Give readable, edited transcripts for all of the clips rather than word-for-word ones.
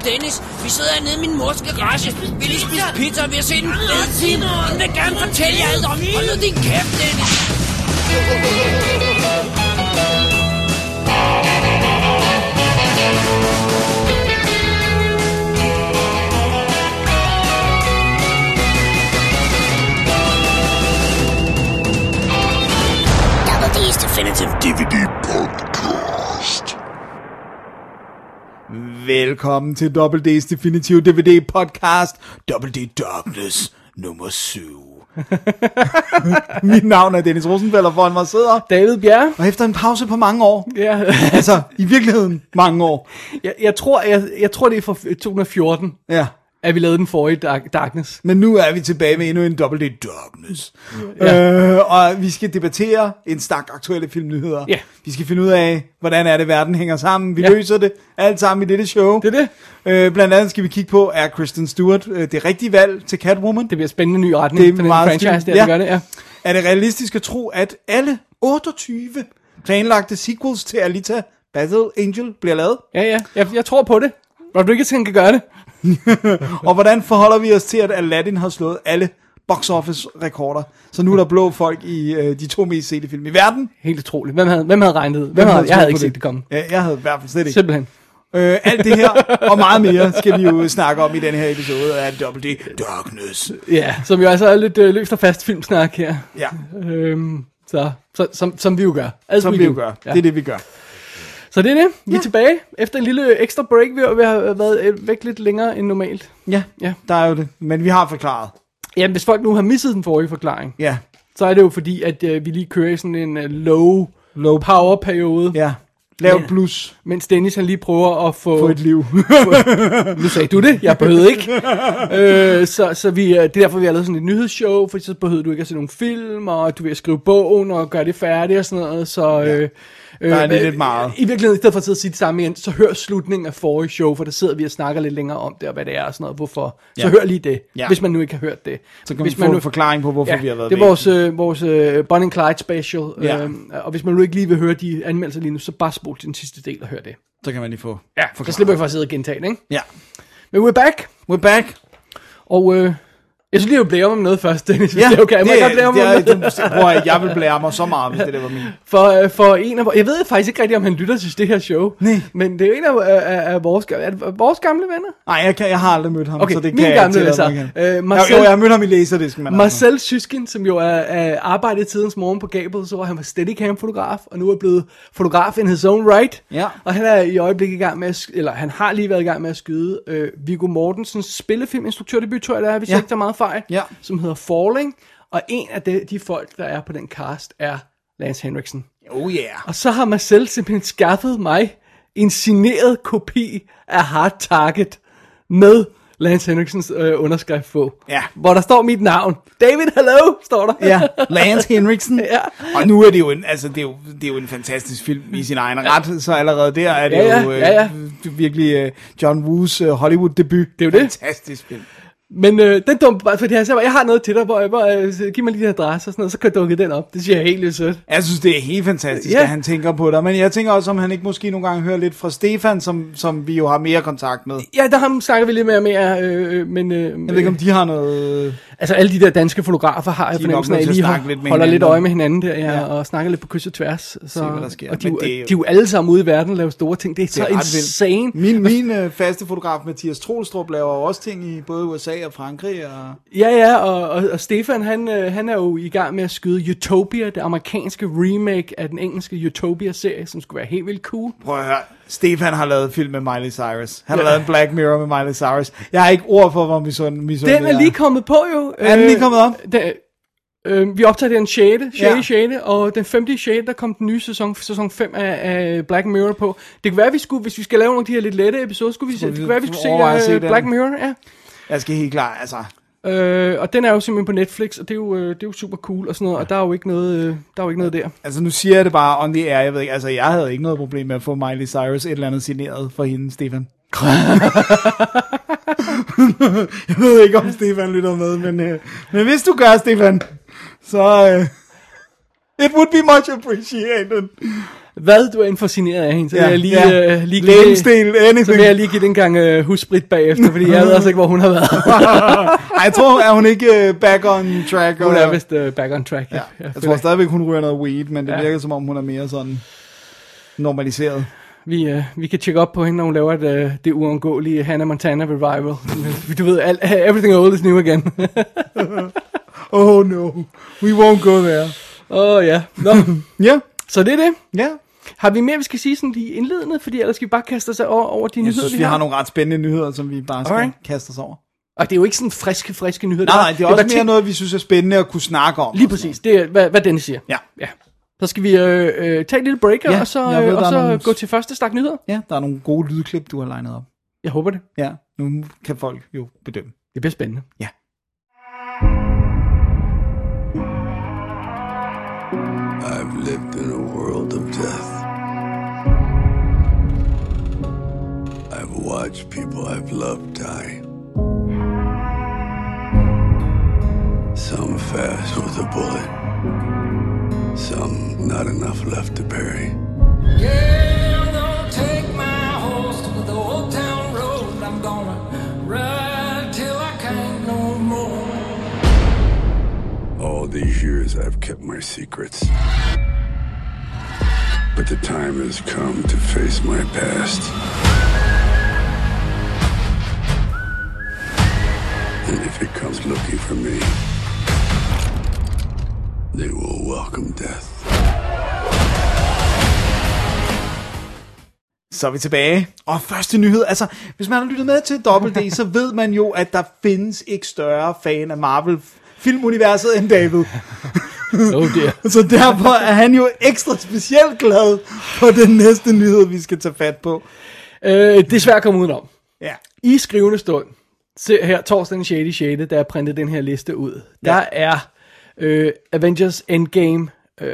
Dennis. Vi sidder hernede i min mors garage. Vi lige spise pizza, og vi har set en fed film. Hun vil gerne fortælle jer alt om. Hold nu din kæft, Dennis. Double D's Definitive DVD Podcast. Velkommen til Double D's Definitive DVD Podcast, Double D Darkness nummer 7. Mit navn er Dennis Rosenfeldt, og foran mig sidder David Bjerre. Og efter en pause på mange år, Ja. altså i virkeligheden mange år, Jeg tror det er fra 2014, ja. at vi lavede den forrige Darkness. Men nu er vi tilbage med endnu en Double D Darkness. Ja. Og vi skal debattere en stak aktuelle filmnyheder. Ja. Vi skal finde ud af, hvordan er det, verden hænger sammen. Vi løser det alt sammen i dette show. Det er det. Blandt andet skal vi kigge på, er Kristen Stewart det rigtige valg til Catwoman? Det bliver spændende ny retning Det er for den meget franchise, stil. der gør det, ja. Er det realistisk at tro, at alle 28 planlagte sequels til Alita Battle Angel bliver lavet? Ja. Jeg tror på det. Rodriguez kan gøre det. Og hvordan forholder vi os til, at Aladdin har slået alle box office rekorder? Så nu er der blå folk i de 2 mest sete film i verden. Helt utroligt. Hvem havde regnet det? Jeg havde ikke set det komme. Ja, jeg havde i hvert fald slet ikke. Simpelthen. Alt det her og meget mere skal vi jo snakke om i den her episode af Double D Darkness. Ja, som jo altså er lidt løst og fast filmsnak her. Ja, Som vi jo gør. som vi jo gør. Ja. Det er det, vi gør. Så det er det. Vi er tilbage efter en lille ekstra break. Vi har været væk lidt længere end normalt. Ja, der er jo det. Men vi har forklaret. Ja, hvis folk nu har misset den forrige forklaring, Ja, så er det jo fordi, at vi lige kører i sådan en low power periode. ja. Lav plus. Mens Dennis han lige prøver at Få et liv. Nu sagde du det, jeg behøvede ikke. Så vi, det er derfor, vi har lavet sådan et nyhedsshow, for så behøvede du ikke at se nogle film, og du vil skrive bogen og gøre det færdigt og sådan noget. Så, Der er lidt meget. I virkeligheden, i stedet for at sidde og sige det samme igen, så hør slutningen af forrige show, for der sidder vi og snakker lidt længere om det, og hvad det er og sådan noget, hvorfor. Så hør lige det, hvis man nu ikke har hørt det. Så kan vi få en forklaring på, hvorfor vi har været det er vores Bonnie and Clyde special, og hvis man nu ikke lige vil høre de anmeldelser lige nu, så bare spol til den sidste del og hør det. Så kan man lige få. Ja, så slipper jeg for at sidde og gentage det, ikke? Ja. Men we're back. We're back. Og jeg synes lige, jeg blære mig med noget først, Dennis. Ja, det er okay. Jeg vil blære mig så meget, hvis det var min. For en af jeg ved faktisk ikke rigtig, om han lytter til det her show. Nej. Men det er jo en af vores gamle venner. Nej, jeg har aldrig mødt ham, Okay, så det min kan gamle jeg venner. jeg har mødt ham i laserdisken. Marcel Syskin, som jo er arbejdet i tidens morgen på Gabel, så var han var Steadicam-fotograf, og nu er blevet fotograf in his own right. Ja. Og han er i øjeblikket i gang med han har lige været i gang med at skyde Viggo Mortensens spillefilminstruktørdebut, tror jeg det er, hvis jeg ikke tager meget fejl, som hedder Falling, og en af de folk, der er på den cast, er Lance Henriksen. Oh yeah. Og så har Marcel simpelthen skaffet mig en signeret kopi af Hard Target med Lance Henriksens underskrift på. Ja. Hvor der står mit navn. David, hello, står der. Ja, Lance Henriksen. Ja. Og nu er det jo det er jo en fantastisk film i sin egen ret, så allerede der er det virkelig John Woos Hollywood debut. Det er jo det. Fantastisk film. Men den dumme, fordi jeg har noget til dig, hvor giv mig lige din adresse og sådan noget, så kan jeg dukke den op. Det siger jeg helt lidt sødt. Jeg synes, det er helt fantastisk, at han tænker på dig. Men jeg tænker også, om han ikke måske nogle gange hører lidt fra Stefan, som vi jo har mere kontakt med. Ja, der snakker vi lidt mere, men... jeg ved ikke, om de har noget... Altså alle de der danske fotografer har jeg fornemmelsen af, at de holder lidt øje med hinanden der, og snakker lidt på kryds og tværs. Så, hvad der sker. Og de er jo alle sammen ude i verden og laver store ting. Det er så insane. Min faste fotograf, Mathias Troelstrup, laver også ting i både USA og Frankrig. Og Stefan, han er jo i gang med at skyde Utopia, det amerikanske remake af den engelske Utopia-serie, som skulle være helt vildt cool. Prøv at høre. Stefan har lavet film med Miley Cyrus. Han har lavet en Black Mirror med Miley Cyrus. Jeg har ikke ord for, hvor misund den er lige kommet på jo. Er den lige kommet op? Vi optager den 6. Og den 5. der kom den nye sæson 5 af Black Mirror på. Det kunne være, hvis vi skal lave nogle af de her lidt lette episoder, det kunne være, vi skulle se Black Mirror, ja. Jeg skal helt klart, altså. Og den er jo simpelthen på Netflix, og det er jo super cool og sådan noget, og der er jo ikke noget, der. Altså nu siger jeg det bare on the air, jeg ved ikke, altså jeg havde ikke noget problem med at få Miley Cyrus et eller andet signeret for hende, Stefan. Jeg ved ikke, om Stefan lytter med, men hvis du gør, Stefan, så it would be much appreciated. Hvad du er fascineret af hende, så vil jeg lige så vil jeg lige give den gang hussprit bagefter, fordi jeg ved altså ikke, hvor hun har været. Ej, jeg tror, er hun ikke back on track? Hun er vist back on track. Ja. Jeg tror stadigvæk, hun ryger noget weed, men det virker som om, hun er mere sådan normaliseret. Vi kan tjekke op på hende, når hun laver det uundgåelige Hannah Montana revival. Du ved, everything old is new again. Oh no, we won't go there. Ja. Nå. Ja. Så det er det. Ja. Har vi mere, vi skal sige sådan de indledende, fordi ellers skal vi bare kaste os over de nyheder, vi har. Jeg synes, vi har nogle ret spændende nyheder, som vi bare skal kaste os over. Og det er jo ikke sådan friske nyheder. Nej, det er også mere noget, vi synes er spændende at kunne snakke om. Lige præcis, det er, hvad Dennis siger. Ja. Så skal vi tage et lille break, og så gå til første stak nyheder. Ja, der er nogle gode lydklip, du har legnet op. Jeg håber det. Ja, nu kan folk jo bedømme. Det bliver spændende. Ja. I've lived in a world of death. I've watched people I've loved die. Some fast with a bullet. Some not enough left to bury. Yeah, I'm gonna take my horse to the old town road. I'm gonna ride till I can't no more. All these years I've kept my secrets. But the time has come to face my past. And if it comes looking for me, they will welcome death. Så er vi tilbage. Og første nyhed, altså, hvis man har lyttet med til Double D, så ved man jo, at der findes ikke større fan af Marvel-filmuniverset end David. Så derfor er han jo ekstra specielt glad på den næste nyhed, vi skal tage fat på. Det er svært at komme udenom. Ja. I skrivende stund, se her torsdag den 6. da jeg printede den her liste ud, der er Avengers Endgame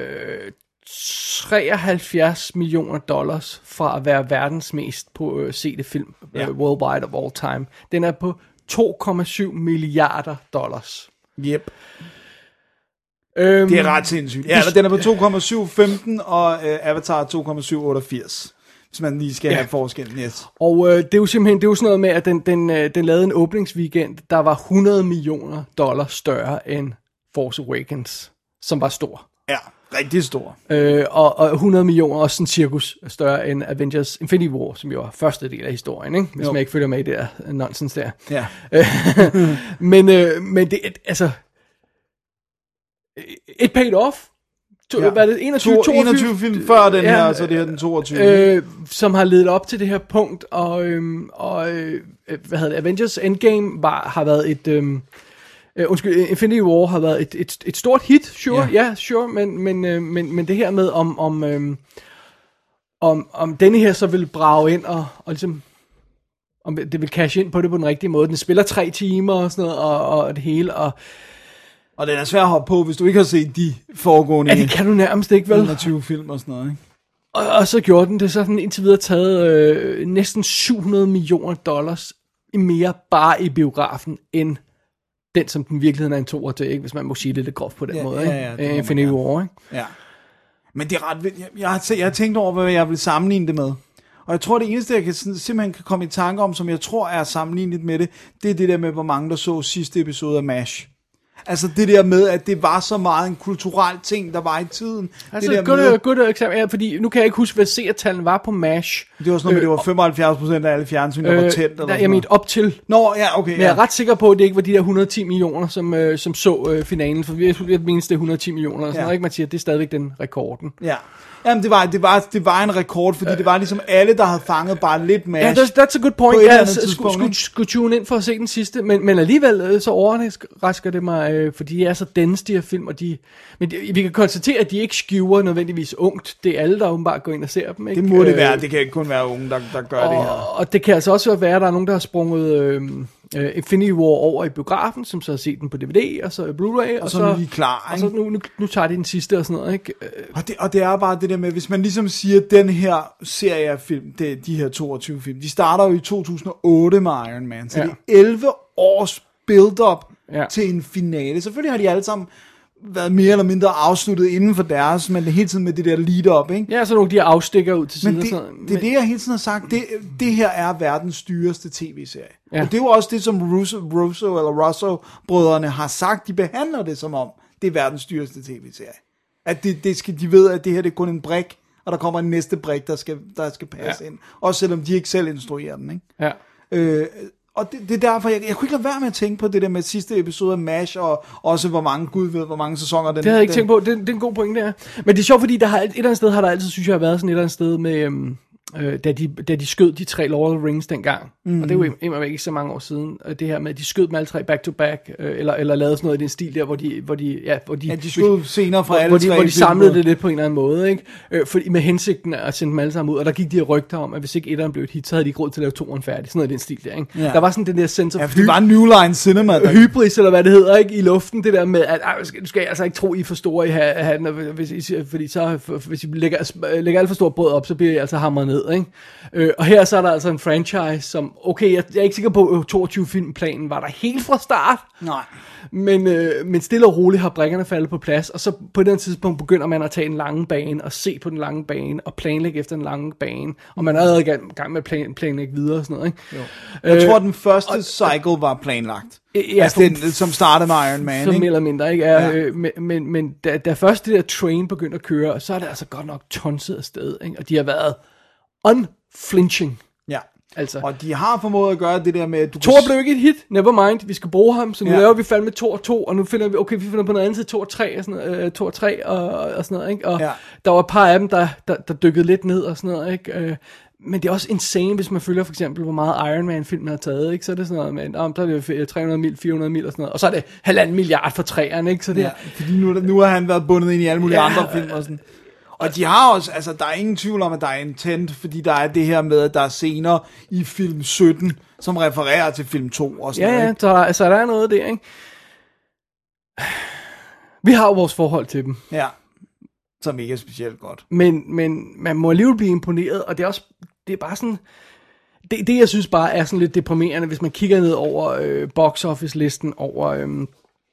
$73 million fra at være verdens mest sete film worldwide of all time. Den er på $2,7 milliarder. Yep. Det er ret sindssygt. Ja, den er på 2,715 og Avatar 2,788. Hvis man lige skal have forskellen. Yes. Og det er jo simpelthen det er jo sådan noget med, at den lavede en åbningsweekend, der var $100 million større end Force Awakens, som var stor. Ja, rigtig stor. Og 100 millioner også sådan cirkus større end Avengers Infinity War, som jo var første del af historien, ikke? Hvis man ikke følger med i det der nonsens der. Ja. men det, altså, it paid off. Hvad er det? 21 film før den her, så det er den 22. Som har ledet op til det her punkt, og hvad hedder det? Avengers Endgame har været et... Infinity War har været et stort hit, sure, men det her med om denne her så vil brage ind og ligesom om det vil cash ind på det på den rigtige måde. Den spiller 3 timer og sådan noget og det hele og den er svær at hoppe på, hvis du ikke har set de foregående. Ja, det kan du nærmest ikke, vel? 120 film og sådan noget, ikke? Og så gjorde den det så sådan indtil videre taget næsten $700 million mere bare i biografen end den, som den virkeligheden er en toer til, ikke? Hvis man må sige det lidt groft på den måde, ikke? Ja, Infinity War, ikke? Ja. Men det er ret vildt. Jeg har tænkt over, hvad jeg vil sammenligne det med. Og jeg tror, det eneste, jeg simpelthen kan komme i tanke om, som jeg tror er sammenlignet med det er det der med, hvor mange der så sidste episode af MASH. Altså det der med, at det var så meget en kulturel ting, der var i tiden. Altså godt eksempel, ja, fordi nu kan jeg ikke huske, hvad seertallene var på MASH. Det var sådan noget med, det var 75% af alle fjernsyn, der var tændt. Jeg mente op til. Nå, ja, okay. Men jeg er ret sikker på, at det ikke var de der 110 millioner, som så finalen. For jeg mindes, det er 110 millioner. Sådan noget, ikke? Man siger, at det er stadigvæk den rekorden. Ja. Jamen, det var en rekord, fordi det var ligesom alle, der havde fanget bare lidt MASH. Ja, that's a good point. Jeg skulle tune ind for at se den sidste, men alligevel så overrasker det mig, fordi de er så dense, de her film, og vi kan konstatere, at de ikke skewer nødvendigvis ungt. Det er alle, der åbenbart går ind og ser dem, ikke? Det må det være. Det kan ikke kun være unge, der gør det her. Og det kan altså også være, at der er nogen, der har sprunget Infinity War over i biografen, som så har set den på DVD, og så Blu-ray, og så er de klar, og så nu tager de den sidste og sådan noget, ikke? Og det er bare det der med, hvis man ligesom siger, at den her serie af film, de her 22 film, de starter jo i 2008 med Iron Man, så det er 11 års build-up til en finale. Selvfølgelig har de alle sammen været mere eller mindre afsluttet inden for deres, men hele tiden med det der lead-up, ikke? Ja, så nogle de afstikker ud til siden. Men det er det, jeg hele tiden har sagt. Det her er verdens dyreste tv-serie. Ja. Og det er jo også det, som Russo-brødrene har sagt. De behandler det som om, det er verdens dyreste tv-serie. At de ved, at det her det er kun en brik, og der kommer en næste brik, der skal passe ind. Også selvom de ikke selv instruerer den, ikke? Ja. Og det er derfor, jeg kunne ikke lade være med at tænke på det der med sidste episode af MASH, og også hvor mange sæsoner den... Det havde jeg ikke tænkt på. Det er en god pointe, der. Men det er sjovt, fordi der har et eller andet sted, har der altid, synes jeg, været sådan et eller andet sted med... Da de skød de 3 Lord of the Rings dengang, og det er jo ikke så mange år siden, det her med, at de skød dem alle 3 back to back, eller lavede sådan noget i den stil der, hvor de skød senere fra alle 3. Hvor de samlede det lidt på en eller anden måde, ikke? Fordi med hensigten at sende dem alle sammen ud, og der gik de rygter om, at hvis ikke etteren blev et hit, så havde de ikke råd til at lave 2'eren færdig, sådan noget i den stil der, ikke? Ja. Der var sådan den der sense of det var New Line Cinema. Hybris, eller hvad det hedder, ikke? I luften, det der med, at du skal altså ikke tro, I er for store i hatten, fordi så, hvis I lægger alt for stort brød op, så bliver I altså hamret ned. Ikke? Og her så er der altså en franchise, som, okay, jeg er ikke sikker på, at 22-filmplanen var der helt fra start. Nej. Men stille og roligt har brækkerne faldet på plads, og så på den tidspunkt begynder man at tage en lange bane, og se på den lange bane, og planlægge efter den lange bane, og man er allerede i gang med at planlægge videre og sådan noget. Ikke? Jeg tror, den første cycle var planlagt. Ja, altså den, som startede med Iron Man, ikke? Mere eller mindre, ikke? Ja. Men da først det der train begyndte at køre, så er det altså godt nok tonset afsted, ikke? Og de har været unflinching. Ja. Altså. Og de har formået at gøre det der med... Thor blev ikke et hit, never mind, vi skal bruge ham, så nu laver vi fandme 2 og 2, og nu finder vi, okay, vi finder på noget andet til 2 og 3, og sådan noget, 2 og 3 og sådan noget, ikke? Og der var et par af dem, der dykkede lidt ned og sådan noget, ikke? Men det er også insane, hvis man følger for eksempel, hvor meget Iron Man-filmen har taget, ikke? Så er det sådan noget med, så er det 300 mil, 400 mil og sådan noget, og så er det 1,5 milliard for 3'eren, ikke? Så det fordi nu har han været bundet ind i alle mulige andre film og sådan. Og de har også, altså der er ingen tvivl om, at der er intent, fordi der er det her med, at der er scener i film 17, som refererer til film 2 og sådan noget. Ja, så der er noget der, ikke? Vi har jo vores forhold til dem. Ja, som ikke er specielt godt. Men man må alligevel blive imponeret, og det er bare sådan... Det jeg synes bare er sådan lidt deprimerende, hvis man kigger ned over box office listen over,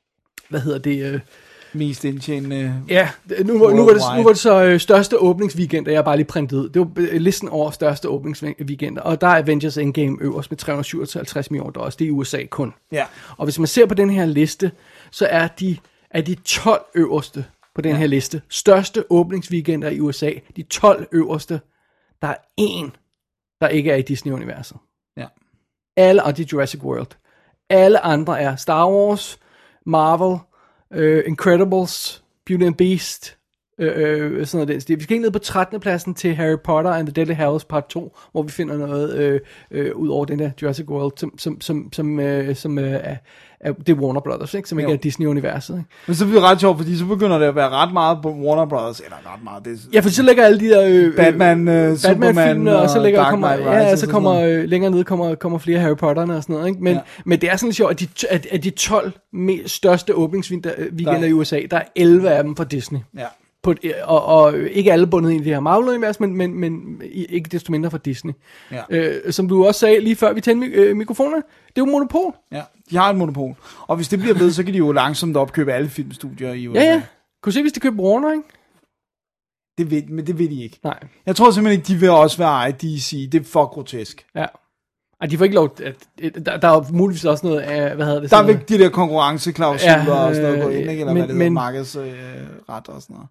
mest indtjenende. Ja, nu var det så største åbningsweekend, jeg bare lige printet ud. Det var listen over største åbningsweekender, og der er Avengers Endgame øverst med 357 millioner dollars. Det er i USA kun. Ja. Og hvis man ser på den her liste, så er de 12 øverste på den her liste største åbningsweekender i USA. De 12 øverste, der er en, der ikke er i Disney-universet. Ja. Alle, og det er Jurassic World. Alle andre er Star Wars, Marvel, Incredibles, Beauty and Beast, sådan noget den stil. Vi skal ikke ned på 13. pladsen til Harry Potter and the Deadly Hallows Part 2, hvor vi finder noget ud over den der Jurassic World, som det er Warner Brothers, ikke? Som ikke er Disney-universet. Ikke? Men så bliver det ret sjovt, fordi så begynder det at være ret meget på Warner Brothers, eller ret meget. Det ja, for så lægger alle de der Batman og så lægger kommer længere ned kommer flere Harry Potter'erne og sådan noget, ikke? Men det er sådan lidt sjovt, at de 12 største åbningsweekender i USA, der er 11 af dem fra Disney. Ja. Og ikke alle bundet ind i det her Marvel-univers, men ikke desto mindre fra Disney. Ja. Som du også sagde lige før vi tændte mikrofonerne, det er jo monopol. Ja, de har et monopol. Og hvis det bliver ved, så kan de jo langsomt opkøbe alle filmstudier i USA. Ja. Kunne se, hvis de køber Warner, ikke? Men det vil de ikke. Nej. Jeg tror simpelthen ikke, de vil også være ejet DC. Det er for grotesk. Ja. Ej, de får ikke lov at, der er muligvis også noget af, hvad hedder det? Der er ikke de der konkurrenceklausuler og sådan noget, ikke? Eller hvad det hedder, markedsret og sådan noget.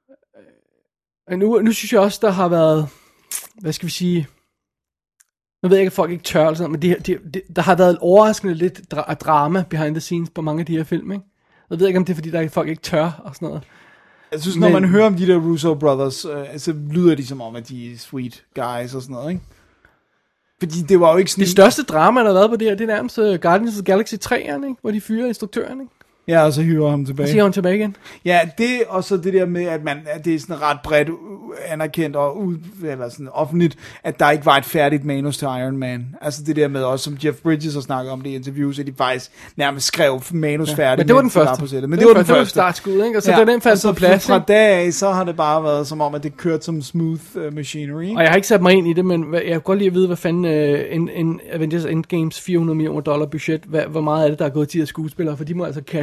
Nu synes jeg også, der har været, hvad skal vi sige, nu ved jeg ikke, at folk ikke tør, eller sådan, men der har været overraskende lidt drama behind the scenes på mange af de her film, ikke? Jeg ved ikke, om det er, fordi der folk ikke tør og sådan noget. Jeg synes, når man hører om de der Russo Brothers, så lyder de som om, at de er sweet guys og sådan noget, ikke? Fordi det var jo ikke sådan... Det største drama, der har været på det her, det er nærmest Guardians of the Galaxy 3'eren, ikke? Hvor de fyrer instruktøren, ikke? Ja, og så hyrer ham tilbage. Og så hyrer ham tilbage igen. Ja, det og så det der med, at det er sådan ret bredt anerkendt og eller sådan offentligt, at der ikke var et færdigt manus til Iron Man. Altså det der med også, som Jeff Bridges har snakket om det i interviews, at de faktisk nærmest skrev manus færdigt. Men det var den første. Men det var den første. Det var startskud, ikke? Og så da den faldt på plads. Fra dag af, så har det bare været som om, at det kørte som smooth machinery. Og jeg har ikke sat mig ind i det, men jeg kan godt lide at vide, hvad fanden en Avengers Endgames $400 million budget, hvor meget af det, der er gået til at skuespillere, for de må altså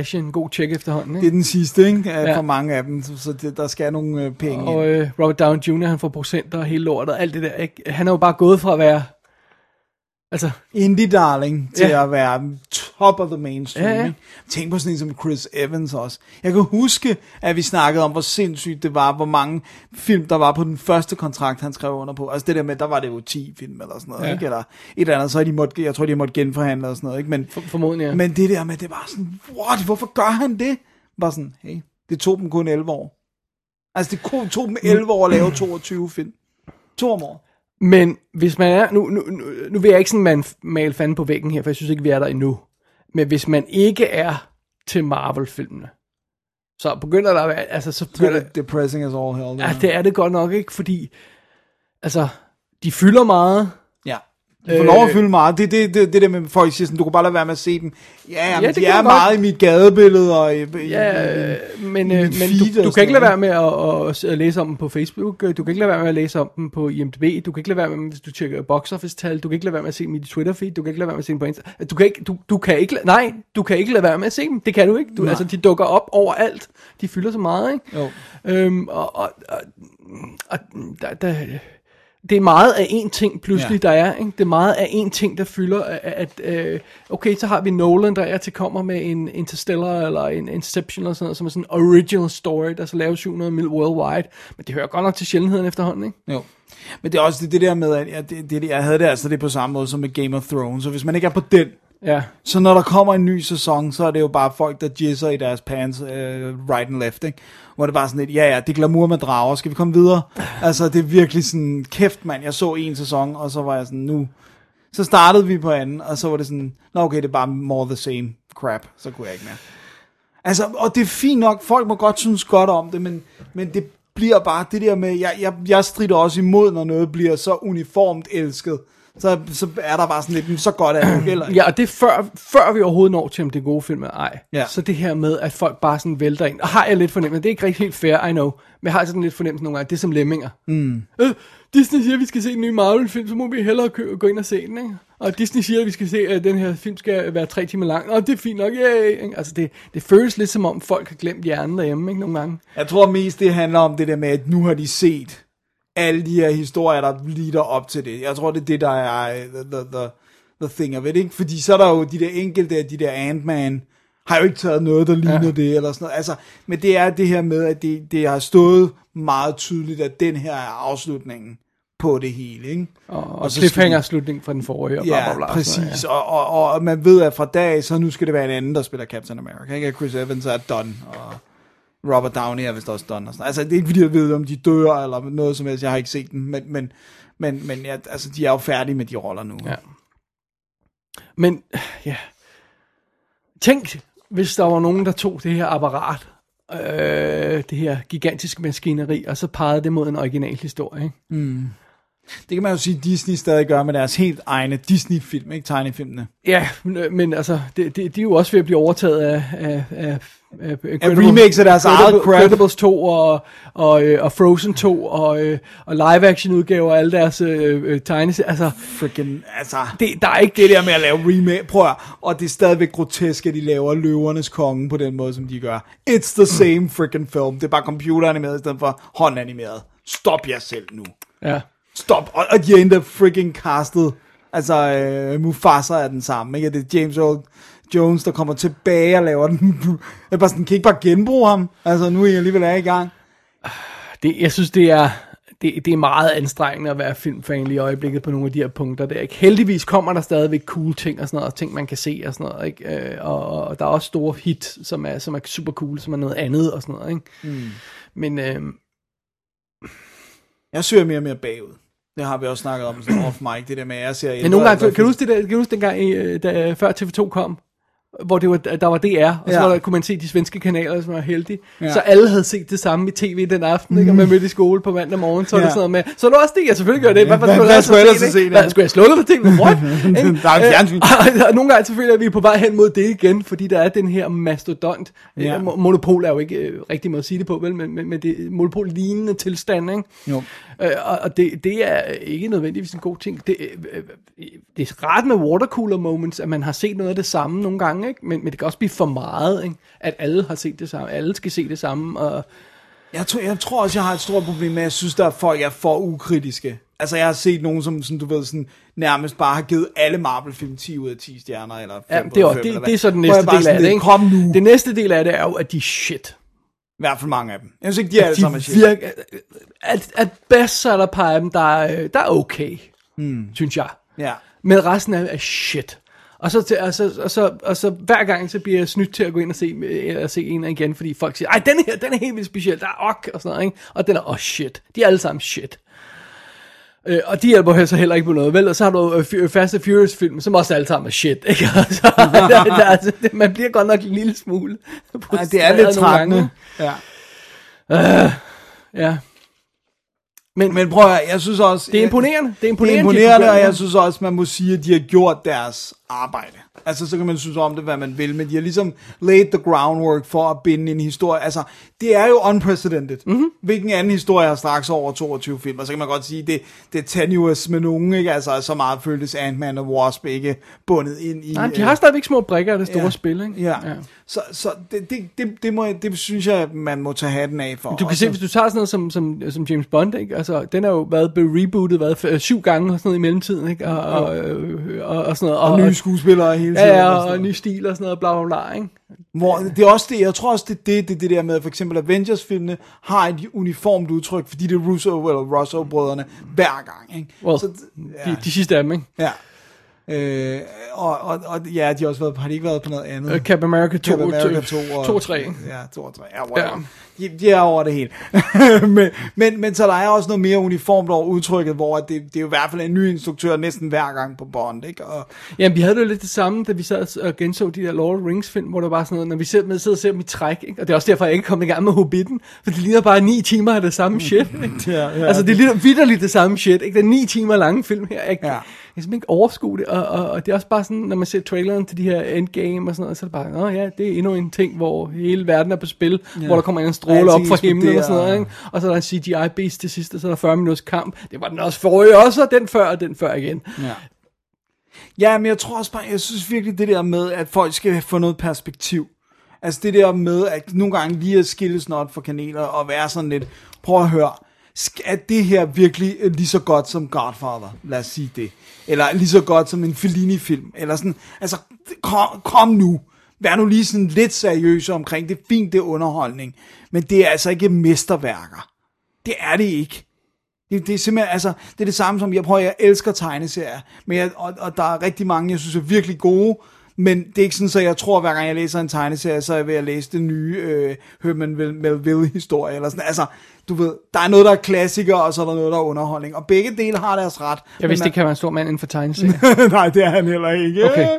cashe en god check efterhånden, ikke? Det er den sidste, ikke? For mange af dem, så der skal nogle penge og Robert Downey Jr., han får procenter og hele lortet og alt det der, ikke? Han er jo bare gået fra at være altså indie darling til at være top of the mainstream. Ja. Tænk på sådan en som Chris Evans også. Jeg kan huske, at vi snakkede om, hvor sindssygt det var, hvor mange film, der var på den første kontrakt, han skrev under på. Altså det der med, der var det jo 10 film eller sådan noget, ikke? Eller et eller andet, så jeg tror, de måtte genforhandle og sådan noget, ikke? Men, formodentlig, ja. Men det der med, det var sådan, what? Hvorfor gør han det? Bare sådan, hey, det tog dem kun 11 år. Altså det tog dem 11 år at lave 22 film. 2 om året. Men hvis man er, nu vil jeg ikke sådan male fanden på væggen her, for jeg synes ikke, vi er der endnu. Men hvis man ikke er til Marvel-filmene, så begynder der at være, altså så begynder det depressing as all hell. Ja, det er det godt nok ikke, fordi, altså, de fylder meget. Ja. De får lov at fylde meget. Det der med folk siger sådan, du kan bare lade være med at se dem. Ja, men de er meget i mit gadebillede og men du kan ikke lade være med at læse om dem på Facebook. Du kan ikke lade være med at læse om dem på IMDb. Du kan ikke lade være med, hvis du tjekker box office tal. Du kan ikke lade være med at se dem i dit Twitter feed. Du kan ikke lade være med at se dem på Instagram. Du kan ikke lade være med at se dem. Det kan du ikke. Altså, de dukker op overalt. De fylder så meget, ikke? Jo. Det er meget af én ting pludselig, der er, ikke? Det er meget af én ting, der fylder, at okay, så har vi Nolan, der er til kommer med en Interstellar, eller en Inception, eller sådan noget, som er sådan en original story, der så laver 700 mil worldwide, men det hører godt nok til sjældenheden efterhånden, ikke? Jo. Men det er også det der med, at jeg havde det altså det på samme måde som med Game of Thrones, så hvis man ikke er på den, så når der kommer en ny sæson, så er det jo bare folk, der jizzer i deres pants right and left, ikke? Hvor det bare sådan lidt, det er glamour med drager, skal vi komme videre? Altså, det er virkelig sådan, kæft mand, jeg så en sæson, og så var jeg sådan, nu. Så startede vi på anden, og så var det sådan, okay, det er bare more the same crap, så kunne jeg ikke mere. Altså, og det er fint nok, folk må godt synes godt om det, men det bliver bare det der med, jeg strider også imod, når noget bliver så uniformt elsket. Så er der bare sådan lidt, så godt er det heller ikke. Ja, og det er før vi overhovedet når til, om det er gode film eller ej. Ja. Så det her med, at folk bare sådan vælter ind. Og har jeg lidt fornemmelse, det er ikke rigtig helt fair, I know. Men jeg har sådan lidt fornemmelse nogle gange, det er som lemminger. Disney siger, at vi skal se en ny Marvel-film, så må vi hellere gå ind og se den, ikke? Og Disney siger, at vi skal se, at den her film skal være 3 timer lang. Og det er fint nok, Altså det føles lidt som om, folk har glemt hjernen derhjemme, ikke? Nogle gange. Jeg tror mest, det handler om det der med, at nu har de set alle de her historier, der lider op til det. Jeg tror, det er det, der er the thing of it, ikke? Fordi så er der jo de der enkelte, de der Ant-Man, har jo ikke taget noget, der ligner det, eller sådan noget. Altså, men det er det her med, at det har stået meget tydeligt, at den her er afslutningen på det hele, ikke? Og cliffhanger-slutningen fra den forrige. Ja, præcis. Og man ved, at fra dag, så nu skal det være en anden, der spiller Captain America, ikke? Chris Evans er done, og Robert Downey er vist også done og sådan. Altså, det er ikke fordi, jeg ved, om de dør, eller noget som helst. Jeg har ikke set dem, men ja, altså, de er jo færdige med de roller nu. Ja. Men, ja. Tænk, hvis der var nogen, der tog det her apparat, det her gigantiske maskineri, og så pegede det mod en original historie, ikke? Mm. Det kan man jo sige, Disney stadig gør med deres helt egne Disney-film, ikke tegnefilmene. Ja, men altså, de er jo også ved at blive overtaget af remakes af deres eget crap. Incredibles 2 og Frozen 2 og live-action udgaver af alle deres tegneserier. Altså, freaking, altså. Der er ikke det der med at lave remake, prøv at, og det er stadigvæk grotesk, at de laver Løvernes Konge på den måde, som de gør. It's the same freaking film. Det er bare computeranimeret i stedet for håndanimeret. Stop jer selv nu. Ja. Stop, og de er endda freaking castet. Altså, Mufasa er den samme, ikke? Det er James Earl Jones, der kommer tilbage og laver den. Jeg er bare sådan, kan ikke bare genbruge ham? Altså, nu er jeg alligevel i gang. Jeg synes, det er meget anstrengende at være filmfan lige i øjeblikket på nogle af de her punkter der, ikke? Heldigvis kommer der stadigvæk cool ting og sådan noget, og ting man kan se og sådan noget, ikke? Og der er også store hit, som er super cool, som er noget andet og sådan noget, ikke? Mm. Men jeg søger mere og mere bagud. Det har vi også snakket om sådan off mic, det der med, at jeg ser... Men nogle gange, kan du huske dengang, da før TV2 kom, hvor der var DR, og så kunne man se de svenske kanaler, som var heldige. Ja. Så alle havde set det samme i tv den aften, ikke? Og man mødte i skole på mandag morgen, så var det sådan noget med, så er du også det? Jeg selvfølgelig gør det. Hvad skulle jeg ellers se det? Hvad skulle jeg slukke for ting? What? Der er fjernsyn. Og nogle gange selvfølgelig er vi på vej hen mod det igen, fordi der er den her mastodont. Ja. Monopol er jo ikke rigtig måde at sige det på, vel? Men det er monopol-lignende tilstand, ikke? Jo. Og det er ikke nødvendigvis en god ting. Det er rart med watercooler moments, at man har set noget af det samme nogle gange, gange, ikke? Men det kan også blive for meget, ikke? At alle har set det samme, alle skal se det samme, og... Jeg tror også, jeg har et stort problem med, at jeg synes, der er folk er for ukritiske. Altså, jeg har set nogen, som du ved, sådan, nærmest bare har givet alle Marvel-film 10 ud af 10 stjerner, eller 5 ja, det er så den næste del af det, ikke? Kom nu. Det næste del af det er jo, at de er shit. I hvert fald mange af dem. Jeg synes ikke, de er alle sammen shit. At bedst så er der et par af dem, der er okay, synes jeg. Ja. Men resten er shit. Og så hver gang, så bliver jeg snydt til at gå ind og se en igen, fordi folk siger, ej, den er helt vildt speciel, der er ok, og sådan noget, ikke? Og den er shit. De er alle sammen shit. Og de hjælper så heller ikke på noget, vel? Og så har du Fast and Furious film, som også alle sammen er shit, ikke? Altså, man bliver godt nok en lille smule. Ej, det er lidt trættende. Ja. Ja. Men prøv at, jeg synes også... Det er imponerende. Det er imponerende, og jeg synes også, man må sige, at de har gjort deres arbejde. Altså, så kan man synes om det, hvad man vil, men de har ligesom laid the groundwork for at binde en historie. Altså, det er jo unprecedented. Mm-hmm. Hvilken anden historie har straks over 22 film? Og så kan man godt sige, det er tenuous med nogen, ikke? Altså, så meget føltes Ant-Man og Wasp ikke bundet ind i... Nej, de har stadigvæk små brikker af det store spil, ikke? Ja. Så det synes jeg, man må tage hatten af for. Du kan se, hvis du tager sådan noget som James Bond, ikke? Altså, den er jo blevet rebootet 7 gange og sådan noget i mellemtiden, ikke? Og sådan noget. Og nye skuespillere hele tiden. Ja, og ny stil og sådan noget, bla bla bla, ikke? Hvor, det er også det, jeg tror også, det der med, for eksempel Avengers-filmene har et uniformt udtryk, fordi det er Russo-brødrene hver gang, ikke? Well, så, de sidste af dem, ikke? Ja. Og ja, de har også været, har de ikke været på noget andet? Cap America 2 og 3. Ja, 2 og 3. Ja, de er over det hele. men så der er også noget mere uniformt over udtrykket, hvor det er jo i hvert fald en ny instruktør næsten hver gang på Bond, ikke? Jamen, vi havde det jo lidt det samme, da vi sad og genså de der Lord of the Rings film, hvor der var sådan noget, når vi sidder og ser dem i træk, ikke? Og det er også derfor, jeg ikke kom i gang med Hobbiten, for det ligner bare 9 timer af det samme shit, ikke? Altså, det ligner vitterligt det samme shit, ikke? Det er 9 timer lange film her, ikke? Ja. Jeg kan simpelthen ikke overskue det, og det er også bare sådan, når man ser traileren til de her Endgame og sådan noget, så er det bare, det er endnu en ting, hvor hele verden er på spil, hvor der kommer en stråle op fra himlen og sådan noget, ikke? Og så er der en CGI-beast til sidst, og så er der 40 minutters kamp. Det var den også forrige også, og den før igen. Ja, men jeg tror også bare, jeg synes virkelig det der med, at folk skal få noget perspektiv. Altså det der med, at nogle gange lige at skille snot for kaneler, og være sådan lidt, prøv at høre, er det her virkelig lige så godt som Godfather? Lad os sige det. Eller lige så godt som en Fellini-film. Eller sådan, altså, kom nu. Vær nu lige sådan lidt seriøse omkring det. Er fint, det er underholdning. Men det er altså ikke mesterværker. Det er det ikke. Det er simpelthen, altså, det er det samme som, jeg elsker tegneserier. Men og der er rigtig mange, jeg synes er virkelig gode. Men det er ikke sådan, så jeg tror, hver gang jeg læser en tegneserie, så er jeg ved at læse den nye Herman Melville-historie. Eller sådan. Altså, du ved, der er noget, der er klassiker, og så er der noget, der er underholdning. Og begge dele har deres ret. Jeg vidste ikke, han var en stor mand inden for tegneserier. Nej, det er han heller ikke. Okay.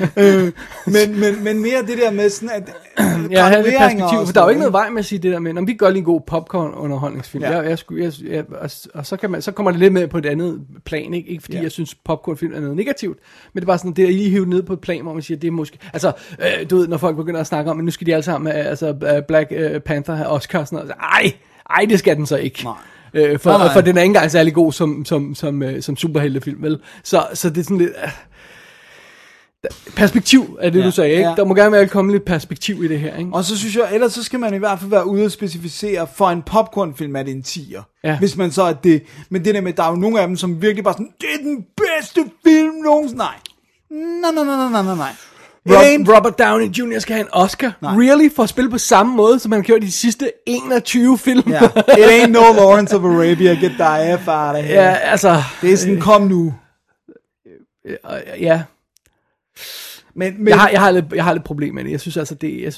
Men mere det der med sådan, at... jeg havde et perspektiv, for der er jo ikke noget vej med at sige det der med, om vi kan godt lide en god popcorn-underholdningsfilm. Ja. Og så kommer det lidt med på et andet plan, ikke fordi jeg synes, popcornfilm er noget negativt, men det er bare sådan, det er lige hivet ned på et plan, hvor man siger, det er måske... Altså, du ved, når folk begynder at snakke om, at nu skal de alle sammen, Black Panther have Oscar og sådan noget. Ej, det skal den så ikke. Nej. For den er ikke engang særlig god som superheltefilm, vel? Så det er sådan lidt... Perspektiv er det, du sagde, ikke? Der må gerne være komme lidt perspektiv i det her, ikke? Og så synes jeg, ellers så skal man i hvert fald være ude og specificere, for en popcornfilm er det en 10'er. Ja. Hvis man så er det. Men det der med, der er jo nogle af dem, som virkelig bare sådan, det er den bedste film nogensinde. Nej. Robert Downey Jr. skal have en Oscar. Nej. Really? For at spille på samme måde, som han har gjort i de sidste 21 film. Ja. It ain't no Lawrence of Arabia, get the F out of here. Ja, altså... Det er sådan, kom nu. Ja. Men jeg har lidt problem med det. Jeg synes altså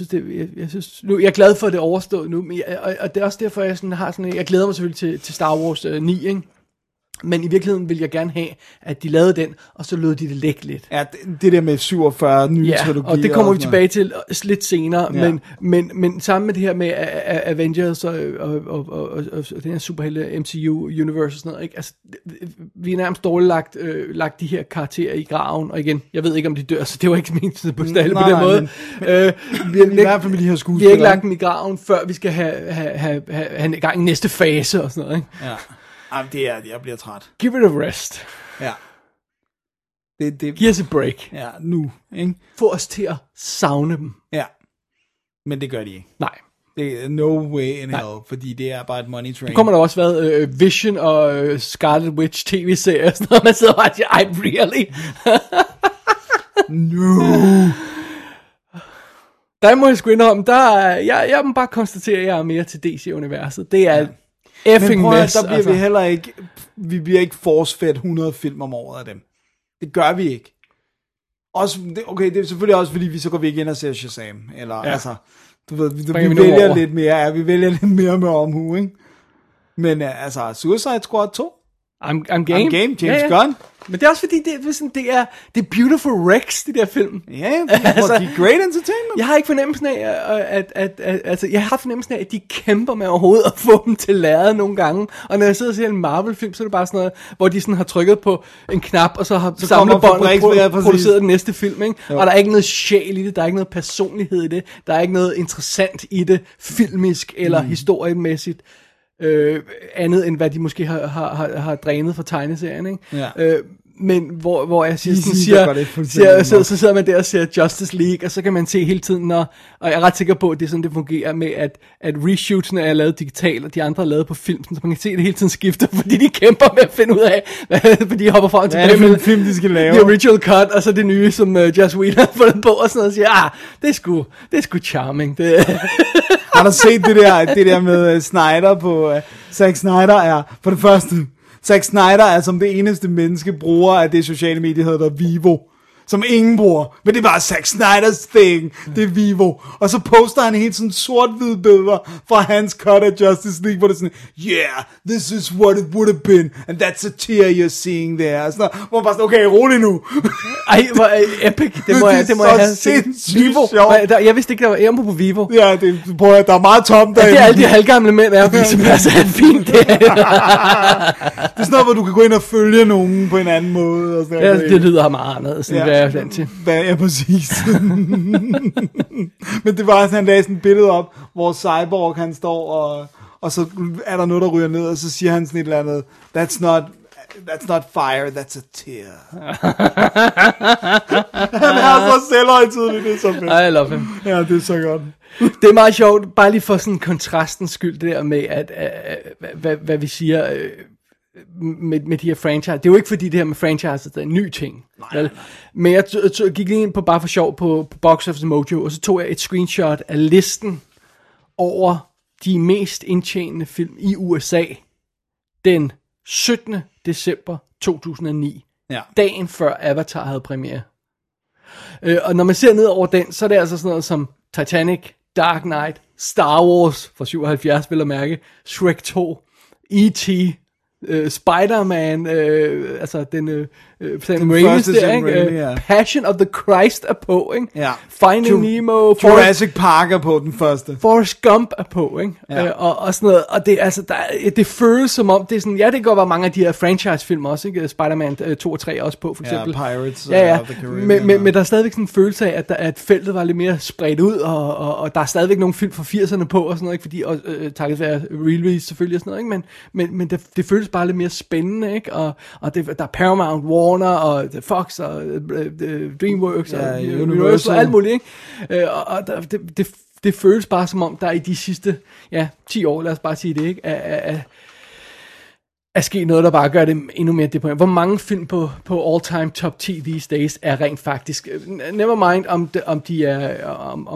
jeg er glad for at det overstået nu, men og det er også derfor jeg sådan har sådan, jeg glæder mig selvfølgelig til Star Wars 9, ikke? Men i virkeligheden vil jeg gerne have, at de lavede den, og så lod de det ligge lidt. Ja, det der med 47 nye trilogier. Og det kommer vi tilbage til lidt senere. Ja. Men sammen med det her med Avengers og den her superhelte MCU-universe og sådan noget, ikke? Altså, vi er nærmest dårligt lagt de her karakterer i graven. Og igen, jeg ved ikke, om de dør, så det var ikke ment på stadig på den måde. Vi har i hvert fald med de her skuespillere. Vi har ikke lagt dem i graven, før vi skal have i gang i næste fase og sådan noget, ikke? Ja. Jamen, jeg bliver træt. Give it a rest. Ja. Giv os et break. Ja, nu, ikke? Få os til at savne dem. Ja, men det gør de ikke. Nej. Det er no way in hell, fordi det er bare et money train. Nu kommer der også været Vision og Scarlet Witch tv-serier, når man sidder og siger, really? No. Der må jeg sgu indrømme, jeg må bare konstatere, at jeg er mere til DC-universet. Det er effing mess. Der bliver vi heller ikke, vi bliver ikke force-fed 100 film om året af dem. Det gør vi ikke. Også, okay, det er selvfølgelig også, fordi vi så går vi ikke ind og ser Shazam. Eller, altså, du ved, vi vælger lidt mere. Ja, vi vælger lidt mere med omhu, ikke? Men altså, Suicide Squad 2. I'm game. James Gunn. Men det er også fordi, det er Beautiful Rex, de der film. Ja, altså, de er great entertainment. Jeg har ikke fornemmelsen af, at de kæmper med overhovedet at få dem til lærred nogle gange. Og når jeg sidder og ser en Marvel-film, så er det bare sådan noget, hvor de sådan har trykket på en knap, og så har samlet båndet og produceret den næste film, ikke? Og der er ikke noget sjæl i det, der er ikke noget personlighed i det, der er ikke noget interessant i det, filmisk eller historiemæssigt. Andet end hvad de måske har drænet fra tegneserien, ikke? Ja. Men hvor jeg siger, så sidder man der og ser Justice League, og så kan man se hele tiden, og jeg er ret sikker på, at det er sådan, det fungerer med, at reshootene er lavet digitalt, og de andre er lavet på film, så man kan se det hele tiden skifter, fordi de kæmper med at finde ud af, fordi de hopper frem og tilbage med film, de skal lave. The original cut, og så det nye, som Joss Whedon har fundet på, og sådan noget, og siger, det er sgu charming. Har du set det der med Snyder på Zack Snyder er for det første, Zack Snyder er som det eneste menneske bruger af det sociale medie hedder Vivo, som ingen bruger, men det var Zack Snyders thing, det er Vivo, og så poster han helt sådan sort-hvide billeder fra hans cut af Justice League, hvor det er sådan, yeah, this is what it would have been, and that's a tear you're seeing there, sådan, hvor man bare sådan, okay, rolig nu. Ej, hvor epic, det må jeg have set. Vivo, jeg vidste ikke, der var Ermo på Vivo. Ja, der er meget tomt der. Det er alle de halvgamle mænd, der viser passer fint. Det er sådan noget, hvor du kan gå ind og følge nogen på en anden måde. Og sådan ja, det lyder meget anderledes, end hvad jeg er vant til. Ja, præcis. Men det var sådan, han lagde sådan et billede op, hvor Cyborg han står, og så er der noget, der ryger ned, og så siger han sådan et eller andet, that's not fire, that's a tear. Han er så selvhøjtidelig, det er så fedt. I love him. Ja, det er så godt. Det er meget sjovt, bare lige for sådan kontrastens skyld, det der med, at hvad vi siger med de her franchise. Det er jo ikke fordi det her med franchise er en ny ting. Nej. Men jeg gik lige ind på bare for sjov på Box Office Mojo, og så tog jeg et screenshot af listen over de mest indtjenende film i USA den 17. december 2009. Ja. Dagen før Avatar havde premiere. Og når man ser ned over den, så er det altså sådan noget som Titanic, Dark Knight, Star Wars fra 77, vil jeg mærke, Shrek 2, E.T., Spider-Man, altså den første Sam Raimi, ja. Passion of the Christ er på, ikke? Ja. Finding Nemo, Jurassic Park er på den første. Forrest Gump er på, ikke? Ja. Og sådan noget, og det, altså, det føles som om, det er sådan, ja, det kan godt være mange af de her franchise-film også, ikke? Spider-Man 2 og 3 er også på, for eksempel. Ja, Pirates of the Caribbean. Men der er stadigvæk sådan en følelse af, at feltet var lidt mere spredt ud, og der er stadigvæk nogle film fra 80'erne på, og sådan noget, ikke? Fordi, takket være release selvfølgelig, og sådan noget, ikke? Men det føles bare lidt mere spændende, ikke? Og der er Paramount, Warner, og Fox, og DreamWorks, og Universal, og alt muligt, ikke? Og det føles bare som om, der i de sidste 10 år, lad os bare sige det, ikke? Er sket noget, der bare gør det endnu mere deprimerende. Hvor mange film på all-time top 10 these days er rent faktisk, never mind om de er,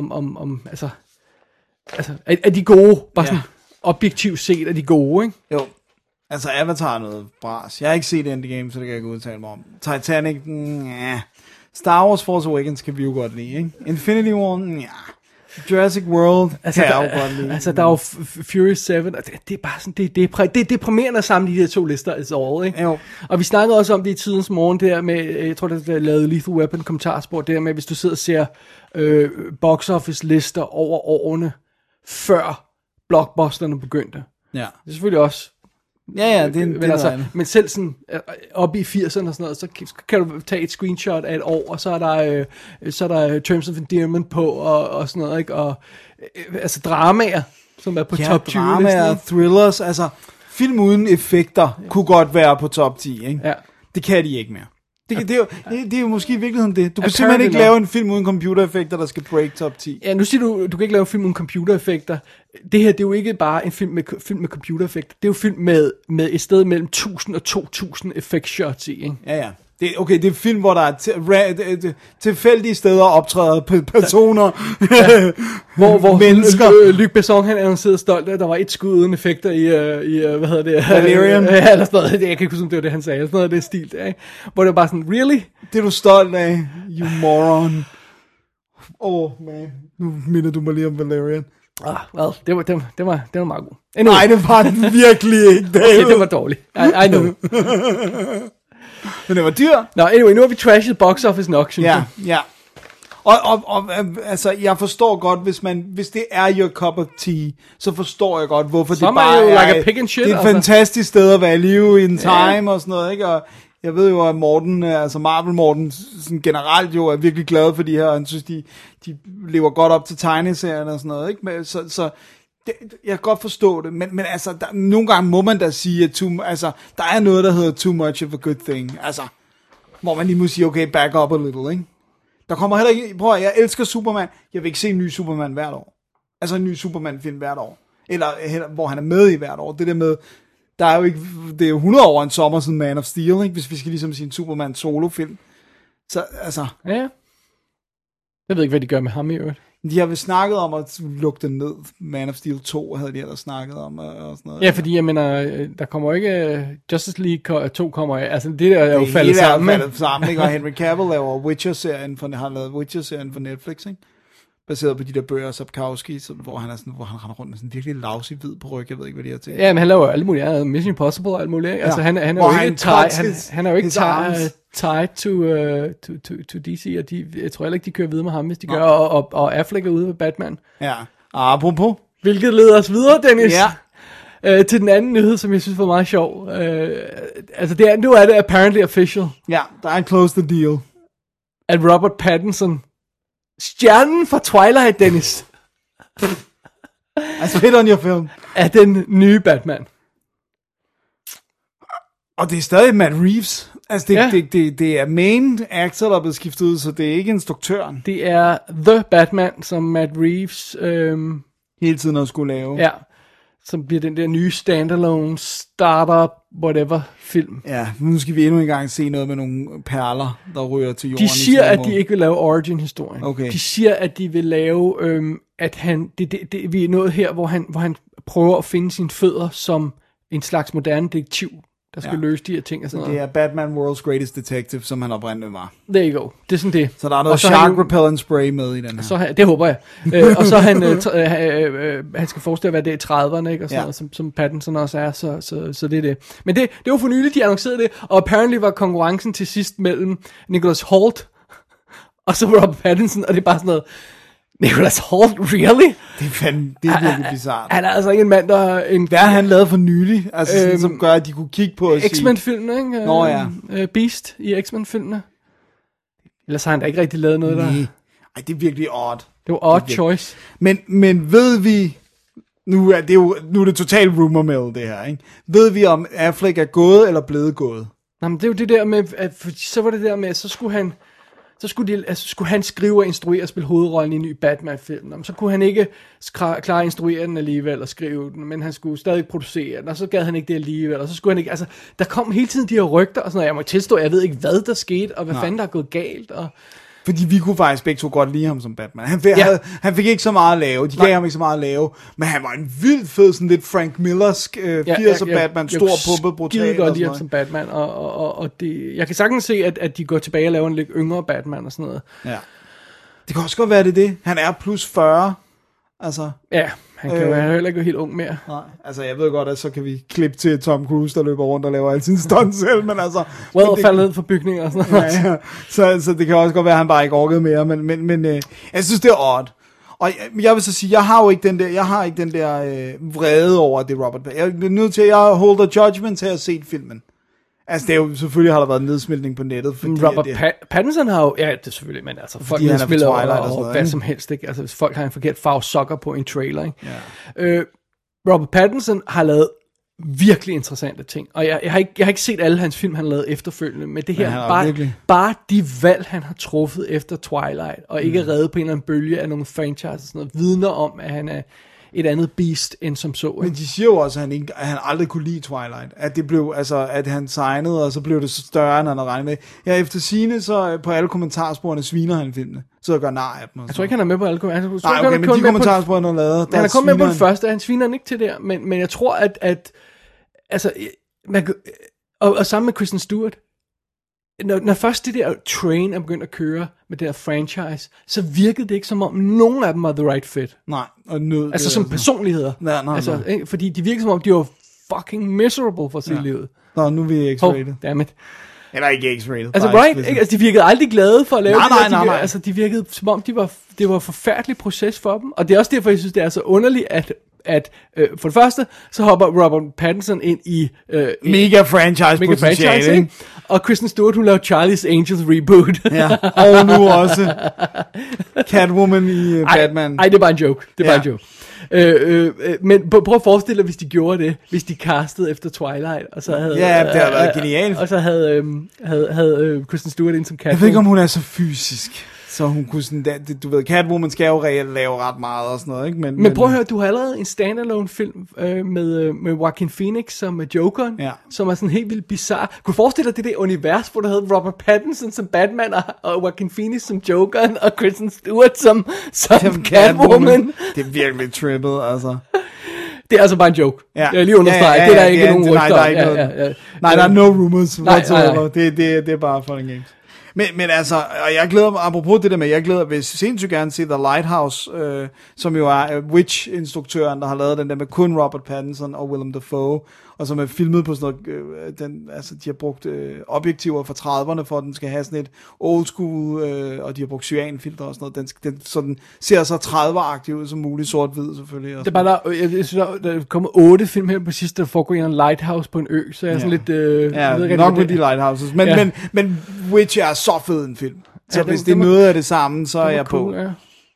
altså, er de gode, bare sådan objektivt set er de gode, ikke? Jo. Altså, Avatar er noget bras. Jeg har ikke set Endgame, så det kan jeg ikke udtale mig om. Titanic, Star Wars Force Awakens kan vi jo godt lide, ikke? Infinity War, Jurassic World altså, kan jeg jo godt lide. Altså, der er jo Fury 7, og det er bare sådan, det er deprimerende sammen de her to lister is all, ikke? Jo. Og vi snakkede også om det i tidens morgen der med, jeg tror, der lavede Lethal Weapon kommentarspor, der med, hvis du sidder og ser box office lister over årene, før blockbusterne begyndte. Ja. Det er selvfølgelig også men selv sådan op i 80'erne og sådan noget, så kan du tage et screenshot af et år, og så er der Terms of Endearment på og sådan noget, ikke? Og altså dramaer, som er på top 20. Dramaer, thrillers, altså film uden effekter kunne godt være på top 10, ikke? Ja. Det kan de ikke mere. Det er jo måske i virkeligheden det. Du kan Apparently simpelthen ikke not. lave en film uden computereffekter, der skal break top 10. Ja, nu siger du kan ikke lave en film uden computereffekter. Det her, det er jo ikke bare en film med computereffekter. Det er jo film med et sted mellem 1000 og 2000 effect shots i, ikke? Ja. Det er en film, hvor der er tilfældige steder optræder personer, Hvor mennesker. Luc Besson, han annoncerede stolt, at der var et skud uden effekter i hvad hedder det? Valerian. Ja, eller sådan noget. Jeg kan ikke huske, om det var det, han sagde. Sådan noget af det stil, der, ikke? Hvor det var bare sådan, really? Det er du stolt af, you moron. Man. Nu minder du mig lige om Valerian. Well, det var meget god. Anyway. Nej, det var den virkelig ikke, David. Okay, det var dårligt. I know. Men det var dyr. Nå, anyway, nu har vi trashet box office nok, synes jeg. Ja. Og altså, jeg forstår godt, hvis det er your cup of tea, så forstår jeg godt, hvorfor Some det bare are jo er, like a pig and shit, det er et altså. fantastisk sted at være i live in time og sådan noget, ikke? Og jeg ved jo, at Morten, altså Marvel Morten, sådan generelt jo er virkelig glad for de her, og han synes, de lever godt op til tegneserierne og sådan noget, ikke? Men, så det, jeg kan godt forstå det, men altså, nogle gange må man da sige, at der er noget, der hedder too much of a good thing, altså, hvor man lige må sige, okay, back up a little, ikke? Der kommer heller ikke, prøv at, jeg elsker Superman, jeg vil ikke se en ny Superman hvert år, altså en ny Superman-film hvert år, eller hvor han er med i hvert år, det der med, der er jo ikke, det er jo 100 år en sommer siden Man of Steel, ikke? Hvis vi skal ligesom sige en Superman solofilm, så altså. Ja. Jeg ved ikke, hvad de gør med ham i øvrigt. De har vel snakket om at lukke den ned. Man of Steel 2 havde de ellers snakket om og sådan noget. Ja, fordi jeg mener, der kommer ikke Justice League 2 kommer, altså det der er jo faldet sammen. Det er faldet sammen, ikke? Og Henry Cavill laver Witcher-serien har lavet Witcher-serien for Netflix, ikke? Baseret på de der bøger af Sapkowski, hvor han render rundt med sådan en virkelig lousy hvid peruk, jeg ved ikke, hvad de har tænkt. Ja, men han laver jo alle mulige, Mission Impossible og alt muligt, ikke? Altså han er jo ikke han er jo ikke tied to DC, og jeg tror heller ikke, de kører videre med ham, hvis de gør, og Affleck er ude med Batman. Ja, apropos. Hvilket leder os videre, Dennis. Ja. Til den anden nyhed, som jeg synes var meget sjov. Altså nu er det apparently official. Ja, der er close the deal. At Robert Pattinson, stjernen fra Twilight, Dennis, I spit on your film, er den nye Batman. Og det er stadig Matt Reeves. Altså det er main actor, der er blevet skiftet ud, så det er ikke instruktøren. Det er The Batman, som Matt Reeves hele tiden har skulle lave. Ja, som bliver den der nye standalone startup whatever film. Ja, nu skal vi endnu en gang se noget med nogle perler, der ryger til jorden. De siger, at de ikke vil lave origin-historien. Okay. De siger, at de vil lave, at han, vi er nået her, hvor han prøver at finde sine fødder som en slags moderne detektiv, der skal løse de her ting og sådan noget. Det er Batman World's Greatest Detective, som han oprindeligt var. There you go. Det er sådan det. Så der er noget shark repellent spray med i den her. Det håber jeg. Og så han skal forestille at være det i 30'erne, ikke? Og sådan noget, som Pattinson også er, så det er det. Men det var for nylig, de annoncerede det, og apparently var konkurrencen til sidst mellem Nicholas Hoult og så Robert Pattinson, og det er bare sådan noget, Nicholas Hoult, really? Det er virkelig bizarrt. Han er altså ikke en mand, der... Hvad har han lavet for nylig? Altså sådan, som gør, at de kunne kigge på og sige... X-Men-filmene, ikke? Nå ja. Beast i X-Men-filmene. Ellers har han da ikke rigtig lavet noget der... Ej, det er virkelig odd. Det var odd choice. Men ved vi... Nu er det totalt rumor mill, det her, ikke? Ved vi, om Affleck er gået eller blevet gået? Nej, men det er jo det der med... Så var det der med, så skulle han skrive og instruere og spille hovedrollen i en ny Batman-film. Så kunne han ikke klare at instruere den alligevel og skrive den, men han skulle stadig producere den, og så gad han ikke det alligevel, og så skulle han ikke... Altså, der kom hele tiden de her rygter, og sådan noget. Jeg må tilstå, jeg ved ikke, hvad der skete, og hvad fanden der er gået galt, og... Fordi vi kunne faktisk begge to godt lide ham som Batman. Han fik ikke så meget at lave. De gav ham ikke så meget at lave. Men han var en vildt fed, sådan lidt Frank Millersk 80'er Batman. Stor pumpet, brutal. Jeg godt lide ham som Batman. Og det, jeg kan sagtens se, at de går tilbage og laver en lidt yngre Batman og sådan noget. Ja. Det kan også godt være det. Han er plus 40. Altså. Ja, han kan jo heller ikke være helt ung mere. Nej, altså jeg ved godt, at så kan vi klippe til Tom Cruise, der løber rundt og laver alle sine stunts selv, men altså... falder ned for bygninger og sådan noget. Ja. Så det kan også godt være, at han bare ikke orkede mere, men jeg synes, det er odd. Og jeg vil så sige, jeg har ikke den der vrede over, det Robert... Jeg er nødt til, at jeg holder judgment til at have set filmen. Altså, det er jo, selvfølgelig har der været en nedsmeltning på nettet. Fordi Robert Pattinson har jo... Ja, det er selvfølgelig, men altså, folk nedsmelter og hvad som helst, ikke? Altså, hvis folk har en forkert farve sokker på en trailer, ikke? Ja. Robert Pattinson har lavet virkelig interessante ting. Og jeg har ikke set alle hans film, han har lavet efterfølgende, men det her, bare de valg, han har truffet efter Twilight, og ikke er reddet på en eller anden bølge af nogle franchises og sådan noget, vidner om, at han er et andet beast end som så. Men de siger jo også, at han aldrig kunne lide Twilight. At det blev, altså, at han signede, og så blev det så større, end han havde regnet med. Ja, efter sigende, så på alle kommentarsporene sviner han filmene. Så gør nar af dem. Jeg tror ikke, han er med på alle kommentarsporene. Nej, okay, men de kommentarspor, han har lavet, han er kun med på den første, han sviner han ikke til der. Men jeg tror, at altså, og sammen med Kristen Stewart, når først det der train er begyndt at køre med det der franchise, så virkede det ikke som om nogen af dem var the right fit. Nej, og nød. Altså som personligheder. Nej. Altså, fordi de virkede som om, de var fucking miserable for sit livet. Nå, nu er vi X-rated. Dammit. Eller ikke X-rated. Altså, right? Altså, de virkede aldrig glade for at lave det. Nej. Altså, de virkede som om, det var en forfærdelig proces for dem. Og det er også derfor, jeg synes, det er så underligt, at for det første, så hopper Robert Pattinson ind i mega franchise, ikke? Og Kristen Stewart, hun laver Charlie's Angels reboot. Ja, og nu også Catwoman i Batman. Nej, det er bare en joke. Men prøv at forestille dig, hvis de gjorde det, hvis de castede efter Twilight, og så havde... Ja, det havde været genialt. Og så havde Kristen Stewart ind som Catwoman. Jeg ved ikke, om hun er så fysisk. Så hun kunne sådan, du ved, Catwoman skal jo reelt lave ret meget og sådan noget, ikke? Men prøv at høre, du har allerede en standalone film med Joaquin Phoenix som Jokeren, som er sådan helt vildt bizarre. Kunne du forestille dig det univers, hvor der hedder Robert Pattinson som Batman, og Joaquin Phoenix som Jokeren, og Kristen Stewart som Catwoman? Det er virkelig trippet, altså. Det er altså bare en joke. Ja. Jeg lige understreger, det er der ikke nogen rygter. Nej, der er no rumors whatsoever. Det er bare fun and games. Men altså, og jeg glæder mig, apropos det der med, jeg glæder mig sindssygt gerne se The Lighthouse, som jo er Witch-instruktøren, der har lavet den der med kun Robert Pattinson og Willem Dafoe, og som er filmet på sådan noget, altså de har brugt objektiver fra 30'erne, for at den skal have sådan et old school, og de har brugt cyanfilter og sådan noget, den sådan ser så 30'er-agtig ud som muligt, sort-hvid selvfølgelig. Det er bare jeg synes, der er kommet 8 film her på sidste, der foregår i en lighthouse på en ø, så jeg er sådan lidt... jeg ved nok med de lighthouses, men Witch er så fed en film. Så hvis det er noget af det samme, så er jeg på. Ja.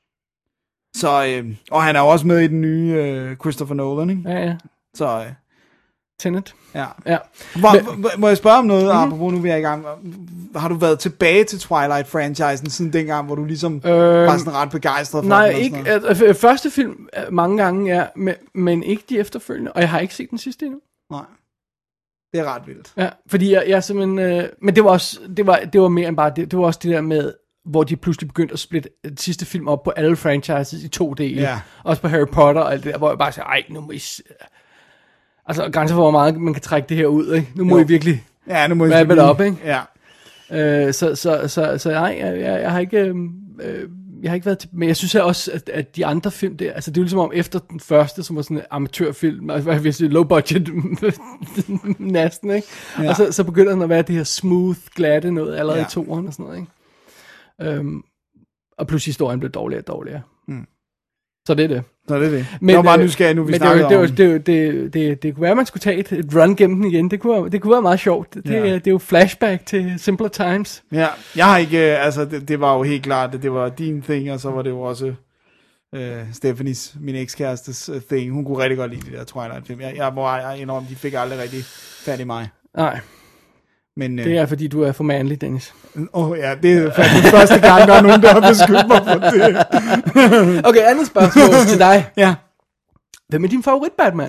Så, og han er også med i den nye Christopher Nolan, ikke? Ja. Så... Tenet. Ja. Må jeg spørge om noget, apropos nu vi er i gang? Har du været tilbage til Twilight-franchisen siden dengang, hvor du ligesom var sådan ret begejstret for nej, den? Nej, ikke. Første film mange gange, ja, men ikke de efterfølgende, og jeg har ikke set den sidste endnu. Nej. Det er ret vildt. Ja, fordi jeg simpelthen... men det var også... Det var mere end bare det. Det var også det der med, hvor de pludselig begyndte at splitte den sidste film op på alle franchises i 2 dele. Ja. Også på Harry Potter og alt det der, hvor jeg bare sagde, ej, nu må I... Altså, grænser for, hvor meget man kan trække det her ud, ikke? Nu må I virkelig... Ja, nu må I... Wrap it up, ikke? Ja. Så nej, jeg har ikke... Jeg har ikke været til, men jeg synes også, at de andre film der, altså det er jo ligesom om efter den første, som var sådan en amatørfilm, altså jeg vil sige low budget næsten, ikke? Ja. Og så begynder den at være det her smooth, glatte noget allerede i 2'eren og sådan noget, ikke? Og pludselig historien blev dårligere og dårligere. Så det er det. Men, det var bare nysgerrig nu, vi snakker om. Det kunne være, at man skulle tage et run gennem den igen. Det kunne være meget sjovt. Det er jo flashback til Simpler Times. Ja, jeg har ikke, altså det var jo helt klart, at det var din thing, og så var det jo også Stephanies, min ekskærestes thing. Hun kunne rigtig godt lide det der Twilight-film. Jeg må indrømme, de fik aldrig rigtig fat i mig. Nej. Men, det er fordi, du er for mandlig, Dennis. Ja, det er faktisk første gang, der er nogen, der har beskyldt mig for det. Okay, andet spørgsmål til dig. Ja. Hvem er din favorit Batman?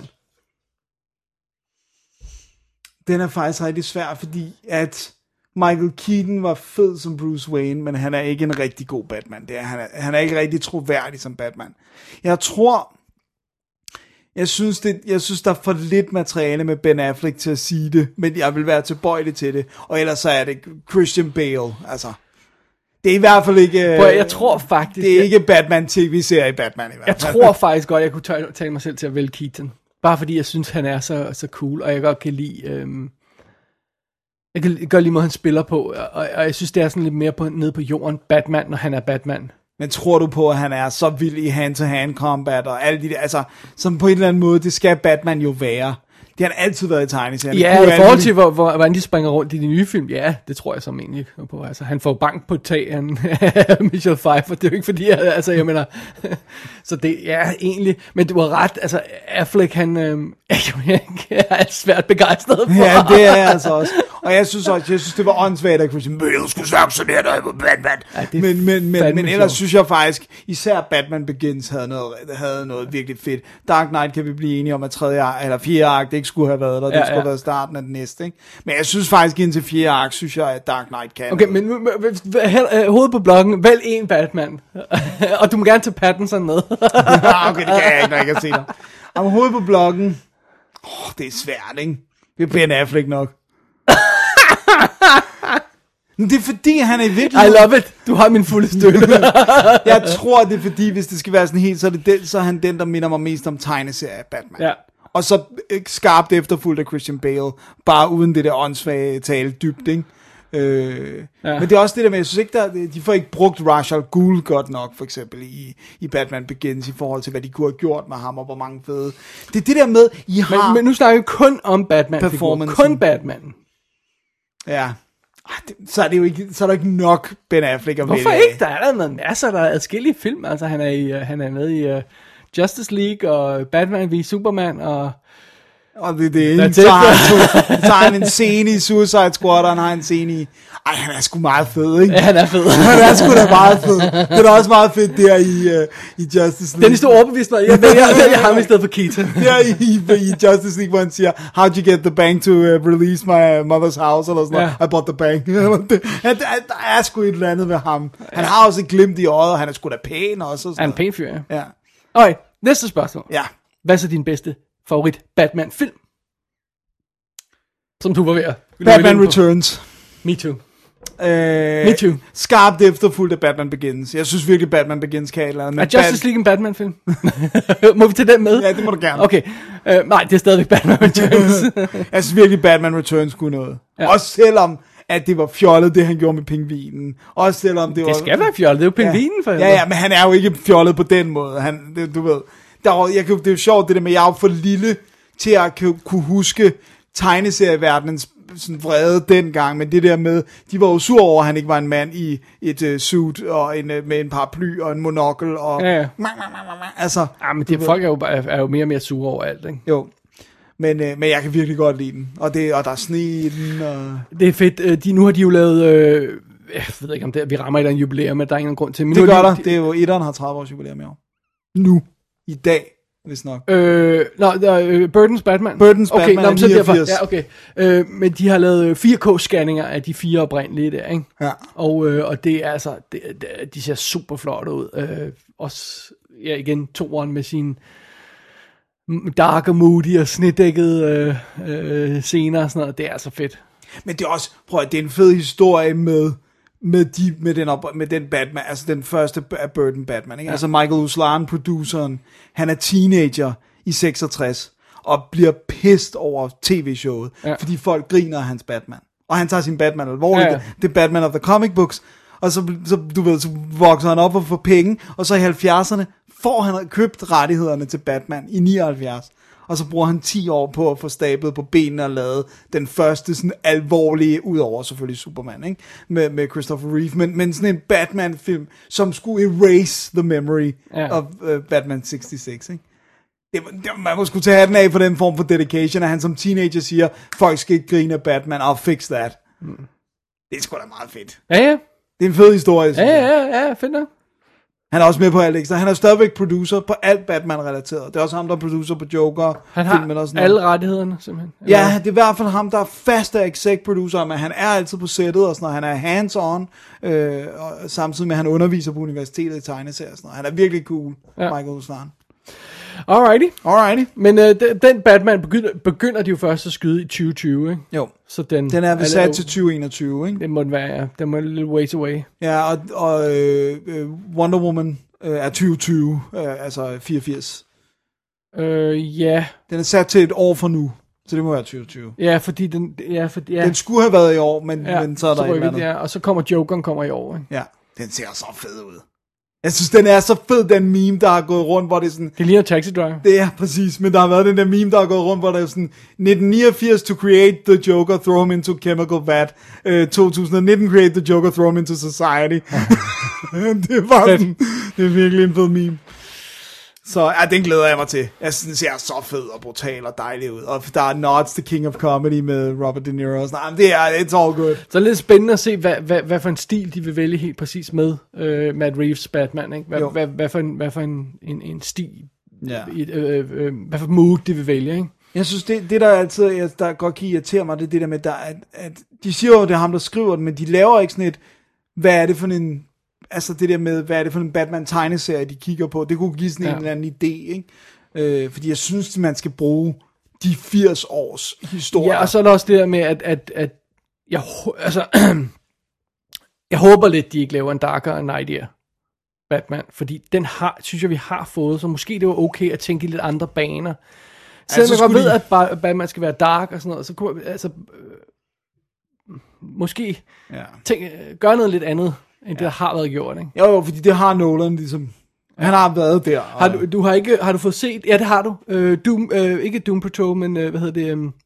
Den er faktisk rigtig svær, fordi at Michael Keaton var fed som Bruce Wayne, men han er ikke en rigtig god Batman. Han er ikke rigtig troværdig som Batman. Jeg synes, der er for lidt materiale med Ben Affleck til at sige det, men jeg vil være tilbøjelig til det. Og ellers så er det Christian Bale, altså. Det er i hvert fald ikke... jeg tror faktisk... Det er ikke Batman tv-serie Batman i hvert fald. Jeg tror faktisk godt, jeg kunne tale mig selv til at vælge Keaton. Bare fordi jeg synes, han er så cool, og jeg godt kan lide... Jeg kan godt lide, måde han spiller på, og jeg synes, det er sådan lidt mere nede på jorden Batman, når han er Batman. Men tror du på, at han er så vild i hand-to-hand combat og alle de der, altså, som på en eller anden måde, det skal Batman jo være. Det har han altid været i tegneserien. Ja, i forhold til, hvordan de springer rundt i de nye film, ja, det tror jeg som egentlig på. Altså, han får bank på tag af Michelle Pfeiffer, det er jo ikke fordi, altså, jeg mener, så det, ja, egentlig, men du har ret, altså, Affleck, han er svært begejstret for. Ja, det er jeg altså også. Og jeg synes det var åndssvagt, at Christian Bale skulle snakke sådan her, der var Batman. Ja, men ellers synes jeg faktisk, især Batman Begins havde noget virkelig fedt. Dark Knight kan vi blive enige om, at 4. akt ikke skulle have været der. Det skulle have været starten af den næste, ikke? Men jeg synes faktisk, indtil 4. akt, synes jeg, at Dark Knight kan. Okay, men hovedet på blokken, vælg en Batman. Og du må gerne tage Pattinson med. Okay, det kan jeg ikke, når jeg kan se dig. Og hovedet på blokken, det er svært, ikke? Det er Ben Affleck nok. Men det er fordi, han er i virkeligheden... I love it. Du har min fulde støtte. Jeg tror, det er fordi, hvis det skal være sådan helt, så er han den, der minder mig mest om tegneserie Batman. Ja. Og så skarpt efterfulgt af Christian Bale, bare uden det der åndssvage tale dybt, ikke? Men det er også det der med, jeg synes ikke, de får ikke brugt Ra's al Ghul godt nok, for eksempel, i Batman Begins, i forhold til, hvad de kunne have gjort med ham, og hvor mange fede... Det er det der med, I har... Men nu snakker vi kun om Batman. Kun Batman. Ja. Så er det jo ikke, så er der ikke nok Ben Affleck at Hvorfor ikke? Der er der masser, der er adskillige film. Altså, han er med i Justice League, og Batman v Superman, og det er så har han en scene i Suicide Squad, og han har en scene i... Ej, han er sgu meget fed, ikke? Ja, han er fed. Han er sgu da meget fed. Det er også meget fedt der i Justice League. Den er stor overbevist mig. Jeg vælger ham i stedet for Keaton. Der i Justice League, hvor han siger, how'd you get the bank to release my mother's house, eller sådan noget. I bought the bank. Der er sgu et eller andet ved ham. Han har også et glimt i øjet, og han er sgu da pæn også. Han er en pæn fyr, ja. Ja. Okay, næste spørgsmål. Ja. Hvad er så din bedste favorit Batman-film? Som du var ved at... Batman Returns. Me too. Me too. Skarpt efterfulgt af Batman Begins. Jeg synes virkelig, Batman Begins kan et eller andet. Er Justice League en Batman-film? Må vi tage den med? Ja, det må du gerne. Okay. Nej, det er stadigvæk Batman Returns. Jeg synes virkelig, Batman Returns kunne noget. Ja. Også selvom, at det var fjollet, det han gjorde med pingvinen. Også selvom det var... Det skal være fjollet, det er jo pingvinen for helvede. Ja, men han er jo ikke fjollet på den måde. Du ved... det er jo sjovt det der med, at jeg er for lille til at kunne huske tegneserieverdenens sådan vrede dengang, men det der med, de var jo sur over, at han ikke var en mand i et suit, og med en paraply, og en monokkel, og... Ja. Altså... Ja, men folk er jo mere og mere sure over alt, ikke? Jo. Men jeg kan virkelig godt lide den. Og der er sne i den, og... Det er fedt. Nu har de jo lavet... jeg ved ikke, om vi rammer et eller andet jubilæum, men der er ingen grund til... Men det gør der. Det er jo, etteren har 30 års jubilæum i år. Nu. I dag. Hvis nok. Burton's Batman. Okay, Batman så derfor. Ja, okay. Men de har lavet 4K-scanninger af de 4 oprindelige der, ikke? Ja. Og det er altså, de ser super flotte ud. Også, ja, igen, toeren med sin dark og moody og snedækket scener og sådan noget. Det er altså fedt. Men det er også, det er en fed historie med den Batman, altså den første Burton Batman, ikke? Ja. Altså Michael Uslan, produceren, han er teenager i 66 og bliver pissed over tv-showet, fordi folk griner af hans Batman. Og han tager sin Batman alvorligt. Ja. Det er Batman of the comic books. Og så vokser han op og får penge, og så i 70'erne får han købt rettighederne til Batman i 79. Og så bruger han 10 år på at få stablet på benene og lavet den første sådan alvorlige, udover selvfølgelig Superman, ikke? Med Christopher Reeve, men sådan en Batman-film, som skulle erase the memory of Batman 66, ikke? Man må sgu tage hatten af på den form for dedication, at han som teenager siger, folk skal ikke grine af Batman, I'll fix that. Det er sgu da meget fedt. Ja. Det er en fed historie. Ja, fedt nok. Han er også med på alt ekstra. Han er stadigvæk producer på alt Batman-relateret. Det er også ham, der er producer på Joker. Han har og alle rettighederne, simpelthen. Ja, det er i hvert fald ham, der er fast af exec-producer, men han er altid på sættet og sådan noget. Han er hands-on, og samtidig med, at han underviser på universitetet i tegneserier og sådan noget. Han er virkelig cool, Michael Uslan. Alrighty. Men den Batman begynder de jo først at skyde i 2020, ikke? Jo. Så den er vel sat til 2021, ikke? Det må den være, ja. Den må lidt ways away. Ja, og Wonder Woman er 2020, altså 84. Ja. Den er sat til et år fra nu, så det må være 2020. Ja, fordi den... Den skulle have været i år, men så er der et eller andet. Ja, og så kommer Jokeren i år, ikke? Ja, den ser så fed ud. Jeg synes, den er så fed, den meme, der har gået rundt, hvor det er sådan... Det ligner Taxi Driver. Det er præcis, men der har været den der meme, der har gået rundt, hvor der er sådan... 1989 to create the Joker, throw him into chemical vat. 2019 create the Joker, throw him into society. Det var sådan... Det er virkelig en fed meme. Så ja, den glæder jeg mig til. Jeg synes, den ser så fed og brutal og dejlig ud. Og der er Nods The King of Comedy med Robert De Niro og sådan noget. Det er, it's all good. Så er det lidt spændende at se, hvad for en stil de vil vælge helt præcis med Matt Reeves Batman, ikke? Hvad for en stil, hvad for mood de vil vælge, ikke? Jeg synes, det der altid, der godt kan irritere mig, det er det der med, at de siger jo, det er ham, der skriver den, men de laver ikke sådan et, hvad er det for en... Altså det der med, hvad er det for en Batman-tegneserie, de kigger på. Det kunne give sådan en eller anden idé, ikke? Fordi jeg synes, man skal bruge de 80 års historier. Ja, og så er der også det der med, at jeg håber lidt, de ikke laver en Darker Knight Idea Batman. Fordi den synes jeg, vi har fået, så måske det var okay at tænke i lidt andre baner. Selvom jeg godt ved, at Batman skal være dark og sådan noget, så kunne måske gøre noget lidt andet, end det, der har været gjort, ikke? Jo, fordi det har Nolan ligesom... Han har været der. Har du fået set... Ja, det har du. Doom, ikke Doom Patrol, men hvad hedder det?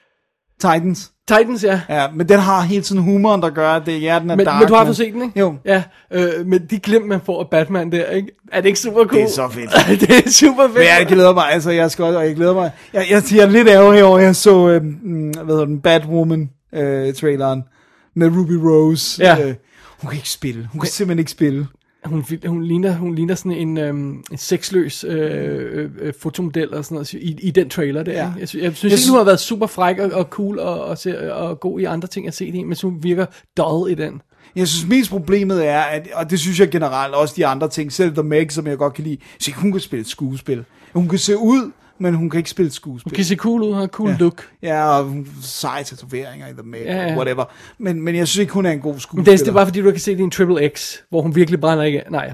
Titans, ja. Ja, men den har helt sådan humoren, der gør, at det den er dark. Men du har fået set den, ikke? Jo. Ja, men de glimt, man får af Batman der, ikke? Er det ikke super cool? Det er så fedt. Det er super fedt. Men jeg glæder mig, altså jeg skal også, og jeg glæder mig. Jeg siger lidt ærgerlig over, jeg så, hvad hedder den, Batwoman-traileren med Ruby Rose. Ja. Hun kan ikke spille. Hun kan simpelthen ikke spille. Hun ligner sådan en sexløs fotomodel og sådan noget i den trailer der. Ja. Jeg synes hun har været super fræk og cool og god i andre ting at se det i, men hun virker dull i den. Jeg synes mest problemet er, at, og det synes jeg generelt også de andre ting, selv The Meg, som jeg godt kan lide, så hun kan spille et skuespil. Hun kan se ud, men hun kan ikke spille skuespil. Hun kan se cool ud, har cool look. Ja, og seje tatoveringer i The Meg, whatever. Men jeg synes ikke, hun er en god skuespiller. Men det er bare fordi, du kan se det i en Triple X, hvor hun virkelig brænder ikke. Nej,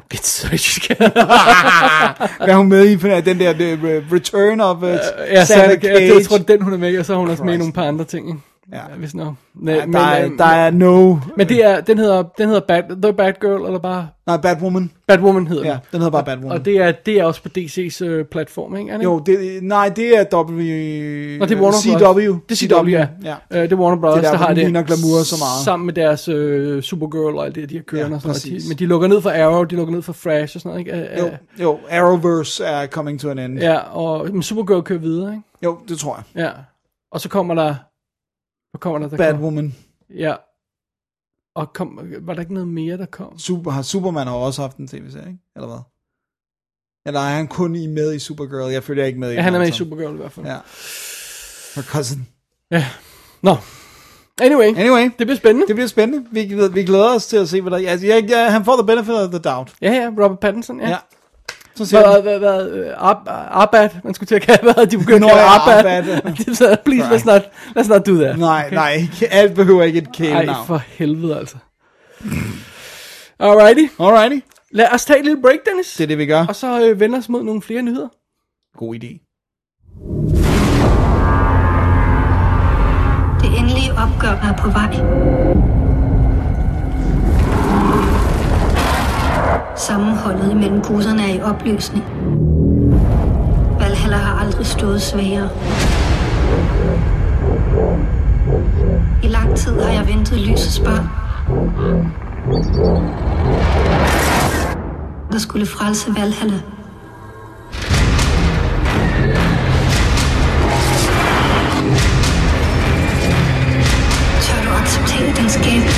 hvad er hun med i? Den der Return of Santa Cage. Jeg tror, den hun er med, og så er hun også med i nogle par andre ting, ikke? Ja. Hvis nok. Der er no... Men den hedder The Batgirl, eller bare... Nej, Batwoman. Batwoman hedder den. Ja, den hedder bare Batwoman. Og det er også på DC's platform, ikke? Jo, det er det er Warner CW. Det er CW, ja. Det er Warner Brothers, der har det. Glamour så meget. Sammen med deres Supergirl og alt det, de har kørende og sådan noget. Men de lukker ned for Arrow, de lukker ned for Flash og sådan noget, ikke? Jo, Arrowverse er coming to an end. Ja, og Supergirl kører videre, ikke? Jo, det tror jeg. Ja, og så kommer der... Batwoman. Ja. Og var der ikke noget mere, der kom? Superman har også haft en tv-serie, ikke? Eller hvad? Eller er han kun med i Supergirl? Jeg følger ikke med i han er med i Supergirl i hvert fald. Ja. Her cousin. Ja. Nå. Anyway. Det bliver spændende. Vi glæder os til at se, hvad der... Altså, han får the benefit of the doubt. Ja, Robert Pattinson, ja. Så Arbat, man skulle til at kalde, hvad de begyndte at Arbat. Please, let's not do that. Nej, alt behøver ikke et kælenavn. Nej, for helvede altså. Alrighty. Lad os tage et lille break, Dennis. Det er det, vi gør. Og så vender os mod nogle flere nyheder. God idé. Det endelige opgør er på vej. Sammenholdet imellem kurserne er i opløsning. Valhalla har aldrig stået svagere. I lang tid har jeg ventet lysets barn, der skulle frelse Valhalla. Tør du acceptere den skæbne?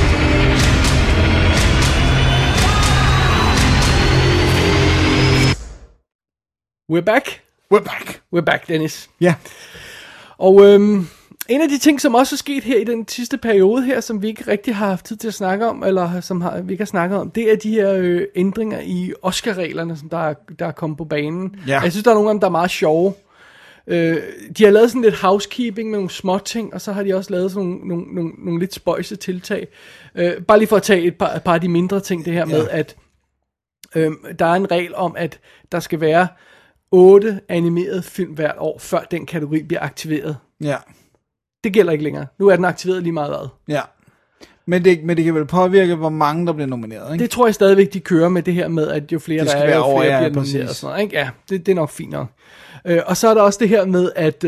We're back, Dennis. Ja. Yeah. Og en af de ting, som også er sket her i den sidste periode her, som vi ikke rigtig har haft tid til at snakke om, eller vi ikke har snakket om, det er de her ændringer i Oscar-reglerne, som der er kommet på banen. Ja. Jeg synes, der er nogle af dem, der er meget sjove. De har lavet sådan lidt housekeeping med nogle små ting, og så har de også lavet sådan nogle lidt spøjse tiltag. Bare lige for at tage et par af de mindre ting, det her med, at der er en regel om, at der skal være 8 animerede film hvert år, før den kategori bliver aktiveret. Ja. Det gælder ikke længere. Nu er den aktiveret lige meget hvad. Ja. Men det kan vel påvirke, hvor mange der bliver nomineret, ikke? Det tror jeg stadigvæk, de kører med det her med, at jo flere Det der skal er, være jo over, flere ja, bliver nomineret. præcis. Og sådan noget, ikke? Ja, det er nok fint nok. Og så er der også det her med, at,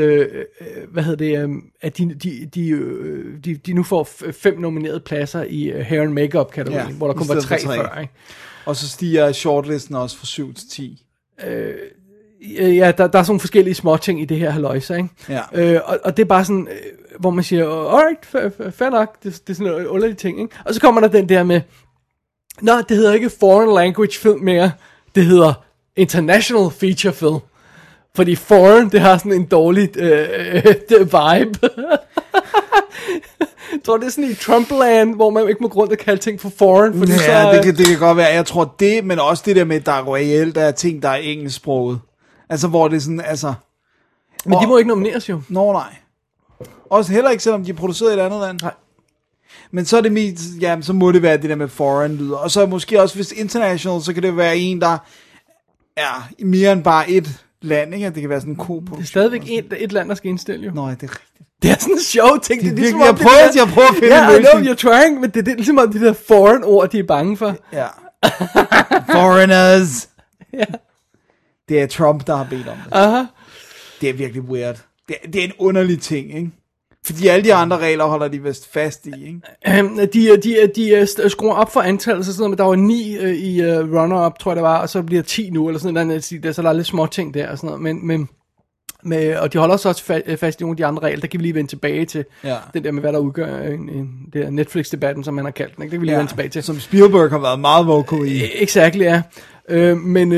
at de nu får 5 nominerede pladser i hair and makeup kategorien, hvor der kun var 3 før, ikke? Og så stiger shortlisten også fra 7 til 10. Ja, der er sådan nogle forskellige små ting i det her halløjse, ikke? Ja. Og det er bare sådan, hvor man siger, alright, fair nok, det er sådan en underlig ting, ikke? Og så kommer der den der med, det hedder ikke foreign language film mere, det hedder international feature film. Fordi foreign, det har sådan en dårlig vibe. Jeg tror, det er sådan i Trumpland, hvor man ikke må gå rundt og kalde ting for foreign. Fordi Ja, det kan godt være. Jeg tror det, men også det der med, der er reelt, der er ting, der er engelsksproget. Altså, hvor det er sådan, altså... Men de må ikke nomineres jo. Nej. Også heller ikke, selvom de er produceret i et andet land. Nej. Men så er det mest, ja, så må det være det der med foreign lyder. Og så måske også, hvis international, så kan det være en, der er mere end bare et land, ikke? Det kan være sådan en Det er stadigvæk et land, der skal indstille jo. Nå, det er rigtigt. Det er sådan en sjov ting. Det er ligesom virkelig, jeg prøver at finde en I know løsning. you're trying, men det er ligesom om de der foreign ord, de er bange for. Ja. Foreigners. Ja. Det er Trump, der har bedt om det. Aha. Det er virkelig weird. Det er en underlig ting, ikke? Fordi alle de andre regler holder de vist fast i, ikke? De skruer op for antallet, så sådan noget, men der var 9 i runner-up, tror jeg det var, og så bliver 10 nu, eller sådan noget, så der er lidt små ting der, og sådan noget, men og de holder også fast i nogle af de andre regler, der kan vi lige vende tilbage til, den der med, hvad der udgør det der Netflix-debatten, som man har kaldt den, ikke? Det kan vi lige vende tilbage til. Som Spielberg har været meget vocal i. Exakt, ja. Men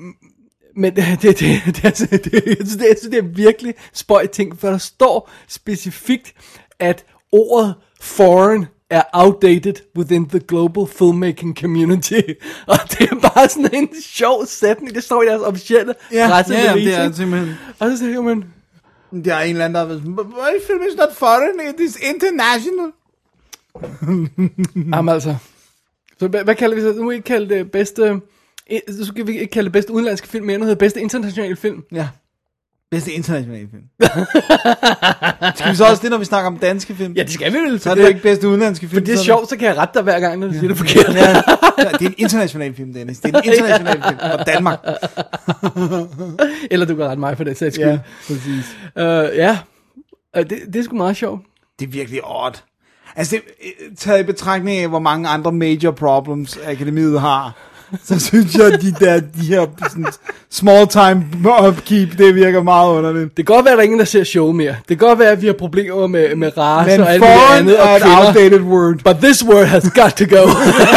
det er virkelig spøjt ting, for der står specifikt, at ordet foreign er outdated within the global filmmaking community. Og det er bare sådan en sjov sætning, det står i deres officielle pressemeddelelse. Ja, det er simpelthen. Og så siger man, Der er en eller anden, der har været sådan, my film is not foreign, it is international. jamen altså. Så hvad kalder vi så? Nu må vi ikke kalde det bedste... Så skal vi ikke kalde det bedste udenlandske film, men nu hedder bedste internationale film. Ja. Bedste internationale film. Skal vi så også det, når vi snakker om danske film? Ja, det skal vi vel. Så er det jo ikke bedste udenlandske film. For det er sjovt, så kan jeg rette dig hver gang, når du siger det forkert. Ja, det er en international film, Dennis. Det er en international film fra Danmark. Eller du kan rette mig for det sags skyld. Ja, præcis. Det er sgu meget sjovt. Det er virkelig odd. Altså, taget i betragtning af, hvor mange andre major problems akademiet har, så synes jeg, at de her sådan, small time upkeep, det virker meget underligt. Det kan godt være, at der er ingen, der ser show mere. Det kan godt være, at vi har problemer med race og alt muligt andet. Men foreign er et outdated word. But this word has got to go.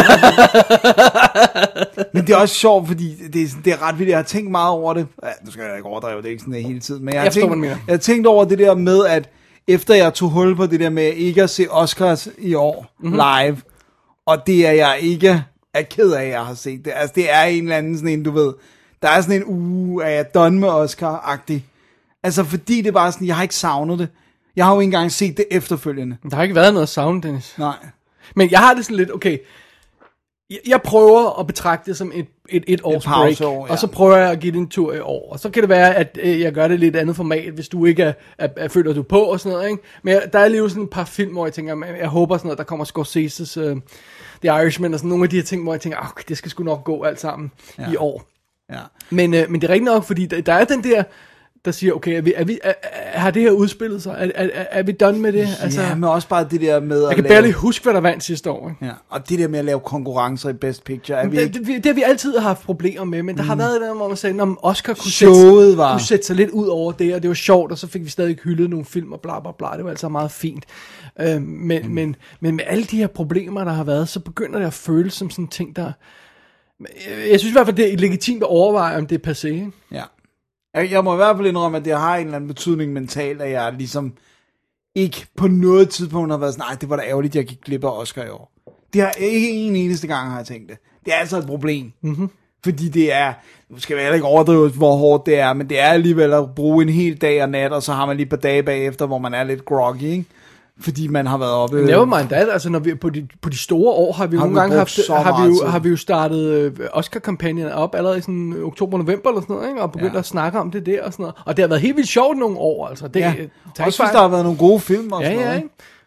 Men det er også sjovt, fordi det er ret vildt. Jeg har tænkt meget over det. Ja, nu skal jeg ikke overdrive, det er ikke sådan det hele tiden. Men jeg har tænkt over det der med, at efter jeg tog hul på det der med ikke at se Oscars i år live, og det er jeg ikke er ked af, at jeg har set det. Altså, det er en eller anden sådan en, du ved, der er sådan en uge, er jeg done med Oscar-agtig. Altså, fordi det er bare sådan, jeg har ikke savnet det. Jeg har jo ikke engang set det efterfølgende. Der har ikke været noget savn, Dennis. Nej. Men jeg har det sådan lidt, okay, jeg prøver at betragte det som et års break, og så prøver jeg at give det en tur i år. Og så kan det være, at jeg gør det i lidt andet format, hvis du ikke føler du på og sådan noget, ikke? Men der er lige sådan et par film, hvor jeg tænker, jeg håber sådan noget, der kommer Scorsese's The Irishman og sådan nogle af de her ting, hvor jeg tænker, okay, det skal sgu nok gå alt sammen i år. Ja. Men det er rigtigt nok, fordi der er den der siger, okay, har det her udspillet sig? Er vi done med det? Ja, altså, men også bare det der med jeg kan barely huske, hvad der vandt sidste år. Ikke? Ja, og det der med at lave konkurrencer i Best Picture. Det har vi altid haft problemer med, men der har været det, hvor man sagde, når Oscar kunne sætte sig lidt ud over det, og det var sjovt, og så fik vi stadig hyldet nogle film og bla bla bla. Det var altså meget fint. Men med alle de her problemer, der har været, så begynder det at føles som sådan en ting, der... Jeg synes i hvert fald, det er legitimt at overveje, om det er passé. Ikke? Ja. Jeg må i hvert fald indrømme, at det har en eller anden betydning mentalt, at jeg ligesom ikke på noget tidspunkt har været sådan, nej, det var da ærgerligt, jeg gik glip af Oscar i år. Det har ikke en eneste gang, har jeg tænkt det. Det er altså et problem. Mm-hmm. Fordi det er, nu skal vi heller ikke overdrive, hvor hårdt det er, men det er alligevel at bruge en hel dag og nat, og så har man lige et par dage bagefter, hvor man er lidt groggy, ikke? Fordi man har været oppe... Nevermind that, altså når vi, på de store år har vi jo nogle gange har vi jo startet Oscar-kampagnen op allerede i sådan oktober-november eller sådan noget, ikke? Og begyndt at snakke om det der og sådan noget. Og det har været helt vildt sjovt nogle år, altså. Det, også hvis der har været nogle gode film og sådan noget. Ikke?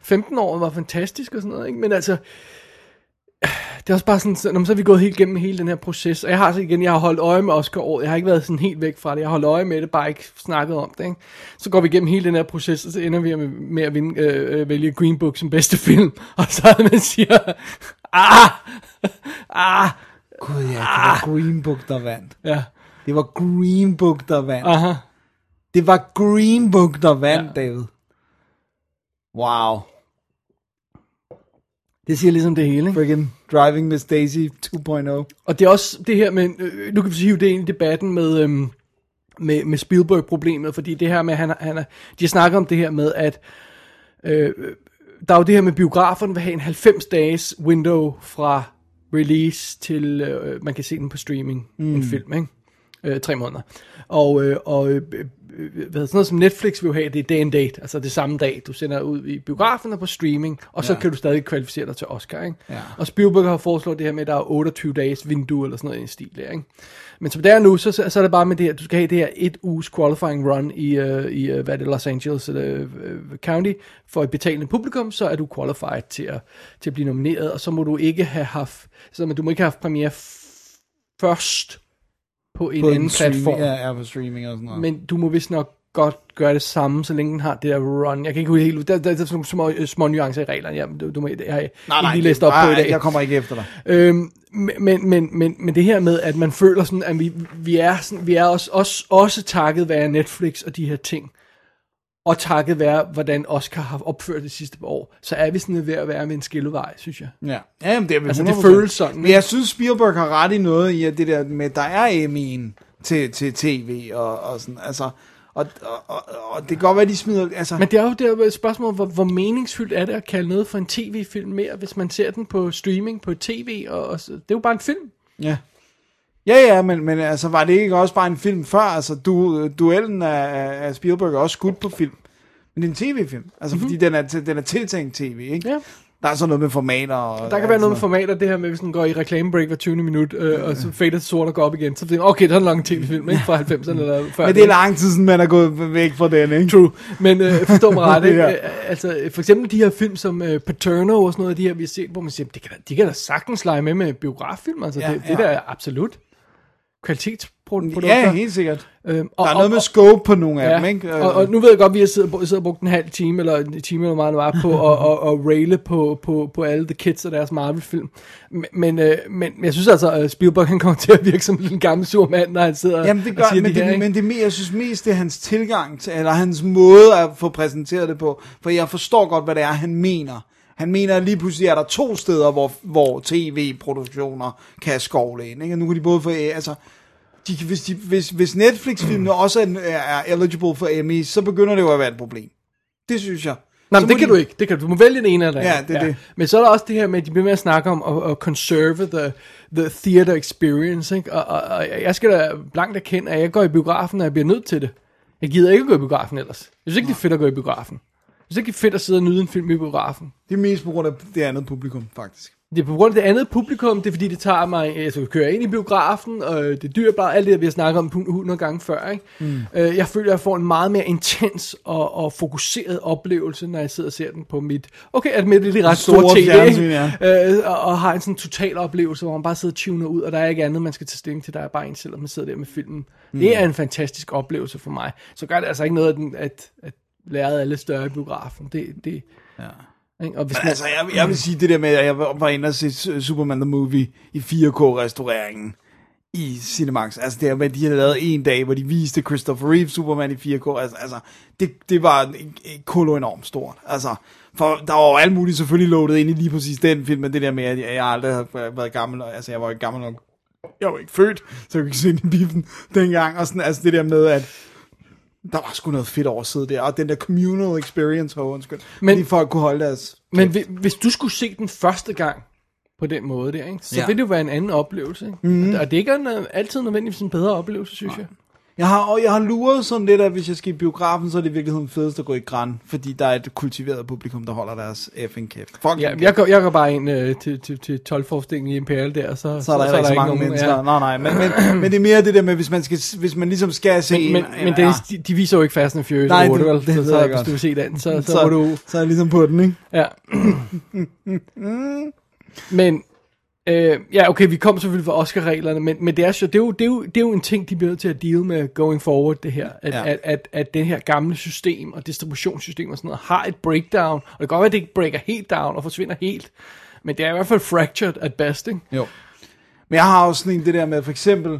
15-året var fantastisk og sådan noget, ikke? Men altså, det er også bare sådan, så er vi gået helt gennem hele den her proces, og jeg har holdt øje med Oscar-året, jeg har ikke været sådan helt væk fra det, jeg har holdt øje med det, bare ikke snakket om det, ikke? Så går vi igennem hele den her proces, og så ender vi med at vælge Green Book som bedste film, og så man siger, Gud ja, det var Green Book, der vandt. Ja. Det var Green Book, der vandt. Aha. Det var Green Book, der vandt, David. Wow. Det siger ligesom det hele, ikke? Friggin' Driving Miss Daisy 2.0. Og det er også det her med, nu kan vi hive det ind i debatten med Spielberg-problemet, fordi det her med, de har snakket om det her med, at der er jo det her med biograferne vil have en 90 dages window fra release til, man kan se den på streaming, en film, ikke? 3 måneder. Og sådan noget som Netflix vil jo have, det er day and date, altså det samme dag, du sender ud i biografen og på streaming, og så kan du stadig kvalificere dig til Oscar, ikke? Ja. Og Spielberg har foreslået det her med, at der er 28 dages vindue, eller sådan noget i en stil der, ikke? Men som det er nu, så er det bare med det her, du skal have det her 1 uges qualifying run i hvad er det, Los Angeles County, for et betalende publikum, så er du qualified til at blive nomineret, og så må du ikke have haft, du må ikke have haft premiere først på en anden platform. Ja, på streaming og sådan noget. Men du må vist nok godt gøre det samme, så længe den har det der run. Jeg kan ikke huske helt ud. Der er sådan nogle små nuancer i reglerne. Jeg har ikke læst op på i dag. Jeg kommer ikke efter dig. Men det her med, at man føler sådan, at vi er også takket være Netflix og de her ting, og takket være, hvordan Oscar har opført det sidste år, så er vi sådan ved at være med en skillevej, synes jeg. Ja, jamen, det er altså, det føles sådan. Men jeg synes, Spielberg har ret i noget i, at det der med, der er Emmy'en til tv, og sådan, altså, og det kan godt være, de smider, altså. Men det er jo et spørgsmål, hvor meningsfyldt er det at kalde noget for en tv-film mere, hvis man ser den på streaming, på tv, og det er jo bare en film. Ja. Ja, men altså, var det ikke også bare en film før? Altså, duellen af Spielberg er også skudt på film. Men det er en tv-film. Altså, fordi den er tiltænkt tv, ikke? Ja. Der er så noget med formater. Og der kan være noget med formater, det her med, hvis den går i reklamebreak hver 20 minut, og så fader til sort og går op igen. Så tænker okay, det er en lang tv-film, ikke? Fra 90'erne eller før. Men det er lang tid siden, man er gået væk fra den, ikke? True. Men forstå mig ret, ikke? Altså, for eksempel de her film som Paterno og sådan noget af de her, vi har set, hvor man siger, de kan da sagtens lege med biograffilm. Altså, det der er absolut kvalitetsprodukter. Ja, helt sikkert. Der er noget med scope på nogle af dem, ikke? Og nu ved jeg godt, at vi har siddet og brugt en halv time, eller en time eller meget, var på at raile på alle the kids og deres Marvel-film. Men jeg synes altså, at Spielberg han kommer til at virke som en gammel sur mand, når han sidder og siger men jeg synes mest, det er hans tilgang til, eller hans måde at få præsenteret det på. For jeg forstår godt, hvad det er, han mener. Han mener, at lige pludselig er der 2 steder, hvor tv-produktioner kan skovle ind. Ikke? Og nu kan de både få, altså, hvis Netflix-filmene også er eligible for Emmy, så begynder det jo at være et problem. Det synes jeg. Nej, men det kan du ikke. Du må vælge den ene eller anden. Ja, det er det. Men så er der også det her med, at de bliver med at snakke om at conserve the theater experience. Ikke? Og jeg skal da blankt erkende, at jeg går i biografen, når jeg bliver nødt til det. Jeg gider ikke at gå i biografen ellers. Jeg synes ikke, det er fedt at gå i biografen. Det er ikke fedt at sidde og nyde en film i biografen. Det er mest på grund af det andet publikum, faktisk. Det er på grund af det andet publikum, det er fordi, det tager mig, altså kører ind i biografen, og det er dyrt, bare alt det, vi har snakket om 100 gange før, ikke? Jeg føler, at jeg får en meget mere intens og fokuseret oplevelse, når jeg sidder og ser den på mit, admittedly ret store tv, og har en sådan total oplevelse, hvor man bare sidder og tuner ud, og der er ikke andet, man skal tage stilling til, der er bare en selv, og man sidder der med filmen. Det er en fantastisk oplevelse for mig. Så gør det altså ikke noget, at lærede alle større i biografen. Det og hvis man, altså, jeg vil sige det der med, at jeg var inde og se Superman the Movie i 4K-restaureringen i Cinemax. Altså det med, de havde lavet en dag, hvor de viste Christopher Reeve Superman i 4K. Altså det var kolo enormt stort. Altså, for der var jo alt muligt selvfølgelig loadet ind i lige præcis den film, men det der med, at jeg aldrig havde været gammel. Altså jeg var ikke gammel nok. Jeg var ikke født, så jeg kunne ikke se den i biffen dengang. Og sådan, altså det der med, at der var sgu noget fedt over at sidde der, og den der communal experience, fordi folk kunne holde deres... Men hvis du skulle se den første gang på den måde der, ikke, så ville det jo være en anden oplevelse. Ikke? Og det er ikke altid nødvendigvis en bedre oplevelse, synes jeg. Jeg har luret sådan lidt, at hvis jeg skal i biografen, så er det i virkeligheden fedest at gå i Gran, fordi der er et kultiveret publikum, der holder deres effing kæft. Ja, jeg går bare ind til 12-forestillingen i Imperial der, så er der ikke så mange mennesker. Ja. Nej, men det er mere det der med, hvis man ligesom skal se Men de viser jo ikke Fast and Furious 8, vel? Det så hvis du vil se den, så må du... Så er jeg ligesom på den, ikke? Ja. Men... okay, vi kom selvfølgelig fra Oscar-reglerne, men det er jo en ting, de bliver nødt til at deal med going forward, det her. At det her gamle system og distributionssystem og sådan noget har et breakdown, og det kan godt være, at det ikke breaker helt down og forsvinder helt, men det er i hvert fald fractured at best, ikke? Jo. Men jeg har også sådan en, det der med, for eksempel...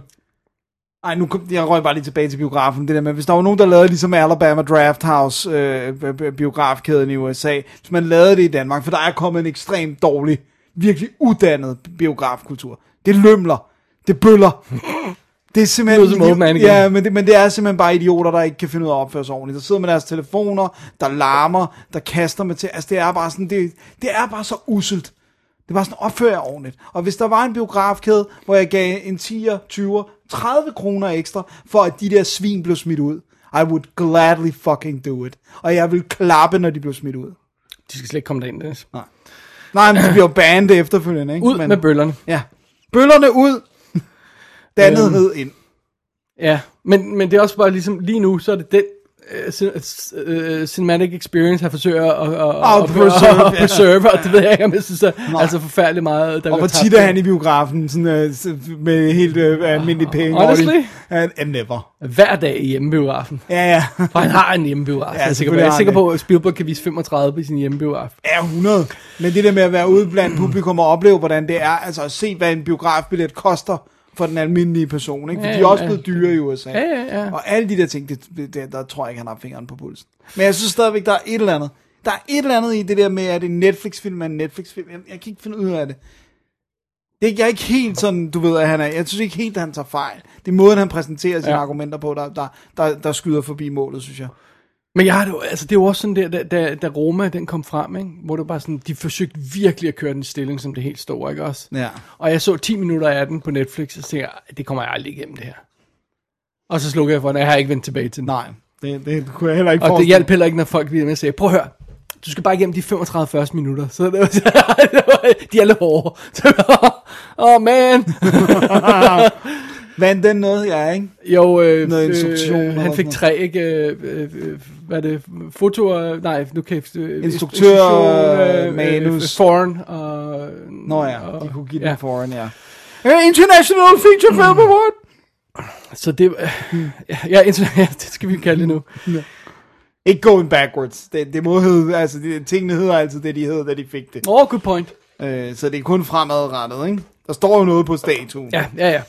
jeg røg bare lige tilbage til biografen, det der med, hvis der var nogen, der lavede ligesom Alabama Drafthouse biografkæden i USA, hvis man lavede det i Danmark, for der er kommet en ekstremt dårlig, virkelig uddannet biografkultur. Det lømler. Det bøller. Det er simpelthen... Ja, men det er simpelthen bare idioter, der ikke kan finde ud af at opføre sig ordentligt. Der sidder med deres telefoner, der larmer, der kaster med til... Altså, det er bare sådan... Det er bare så usselt. Det er bare sådan, opfører jeg ordentligt. Og hvis der var en biografkæde, hvor jeg gav en 10'er, 20'er, 30 kroner ekstra, for at de der svin blev smidt ud, I would gladly fucking do it. Og jeg vil klappe, når de blev smidt ud. De skal slet ikke komme derind, Dennis. Nej, men de bliver jo bandet efterfølgende, ikke? Ud med bøllerne. Ja. Bøllerne ud. Dannethed ind. Ja, men det er også bare ligesom, lige nu, så er det den cinematic experience, han forsøger at preserve, og det ved jeg ikke, om jeg synes, altså forfærdeligt meget. Og hvor tit er han i biografen, sådan, med helt almindelige penge? Honestly? Never. Hver dag i hjemmebiografen. Ja. For han har en hjemmebiograf. Ja, jeg er sikker på, at Spielberg kan vise 35 på sin hjemmebiograf. Ja, 100. Men det der med at være ude blandt publikum og opleve, hvordan det er, altså at se, hvad en biografbillet koster for den almindelige person, ikke? For de er også blevet dyre i USA. Ja. Og alle de der ting, der tror jeg ikke, han har fingeren på pulsen. Men jeg synes stadigvæk, der er et eller andet. Der er et eller andet i det der med, at en Netflix-film er en Netflix-film. Jeg kan ikke finde ud af det. Jeg er ikke helt sådan, du ved, at han er... Jeg synes ikke helt, at han tager fejl. Det er måden, han præsenterer sine argumenter på, der skyder forbi målet, synes jeg. Men jeg har det, altså det er jo også sådan der, da Roma den kom frem, ikke? Hvor det bare sådan, de forsøgte virkelig at køre den stilling som det helt store, ikke også? Ja. Og jeg så 10 minutter af den på Netflix, og så tænkte jeg, det kommer jeg aldrig igennem det her. Og så slukkede jeg for den, jeg har ikke vendt tilbage til den. Nej, det kunne jeg heller ikke forestille. Og det hjalp heller ikke, når folk ville med at sige, prøv at høre, du skal bare igennem de 35 første minutter. Så det var, de er alle hårde. Man. Vandt den noget, ja, ikke? Jo, noget instruktion. Han fik 3, ikke? Hvad er det? Fotoer? Nej, nu kan instruktør, manus. Foreign. Og, nå ja, de kunne give den foreign, ja. International Feature Film Award! Så det... ja, det skal vi kalde det nu. Ja. Ikke going backwards. Det må hedde, altså tingene hedder altid det, de hedder, da de fik det. Good point. Så det er kun fremadrettet, ikke? Der står jo noget på statuen. Ja.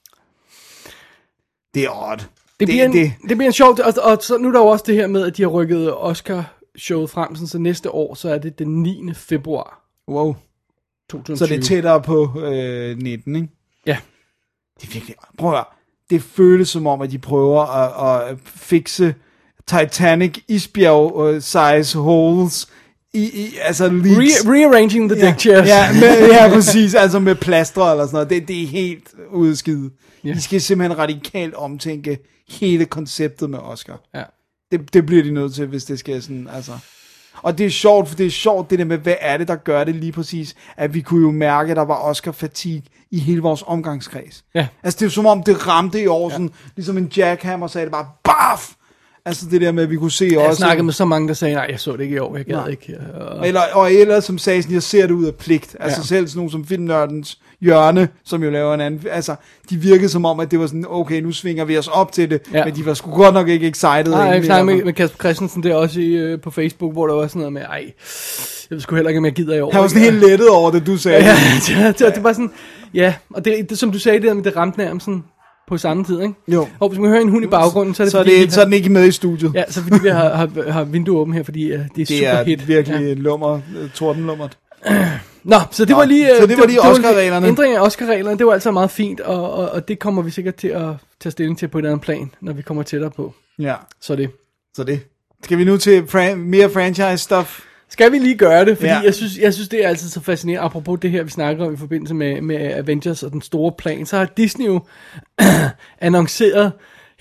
Det er odd. Det bliver en sjov... Og så nu er der jo også det her med, at de har rykket Oscar-showet frem, så næste år, så er det den 9. februar. Wow. 2020. Så det er tættere på 19, ikke? Ja. Det er virkelig... Prøv at høre. Det føles som om, at de prøver at fikse Titanic isbjerg size holes altså leaks. Rearranging the deck chairs. Ja, præcis. Altså med plaster eller sådan noget. Det er helt udskidt. Yeah. De skal simpelthen radikalt omtænke hele konceptet med Oscar. Ja. Det bliver de nødt til, hvis det skal sådan, altså. Og det er sjovt, for det er sjovt det der med, hvad er det, der gør det lige præcis, at vi kunne jo mærke, at der var Oscar-fatigue i hele vores omgangskreds. Ja. Altså det er jo som om, det ramte i år, sådan, ligesom en jackhammer, sagde det bare, baf! Altså det der med, at vi kunne se også... Jeg snakkede med så mange, der sagde, nej, jeg så det ikke i år, jeg gad ikke. Eller som sagde sådan, jeg ser det ud af pligt. Altså selv sådan nogen som Filmnørdens Hjørne, som jo laver en anden... Altså, de virkede som om, at det var sådan, okay, nu svinger vi os op til det, men de var sgu godt nok ikke excited. Nej, jeg snakkede med Kasper Christensen, det er også på Facebook, hvor der var sådan noget med, jeg ved sgu heller ikke, om jeg gider i år. Han var sådan helt lettet over det, du sagde. Det var sådan, og det, som du sagde det, men det ramte nærmest sådan... på samme tid, ikke? Jo. Og hvis man hører en hund i baggrunden, så er det fordi... Så er den ikke med i studiet. Ja, så fordi vi har vinduet åbent her, fordi det er super hit. Det er virkelig tordenlummert. Nå, så det var lige... Så det var lige Oscar-reglerne. Ændringen af Oscar-reglerne, det var altså meget fint, og det kommer vi sikkert til at tage stilling til på et andet plan, når vi kommer tættere på. Ja. Så det. Skal vi nu til mere franchise-stuff? Skal vi lige gøre det, fordi jeg synes, det er altid så fascinerende. Apropos det her, vi snakker om i forbindelse med Avengers og den store plan, så har Disney jo annonceret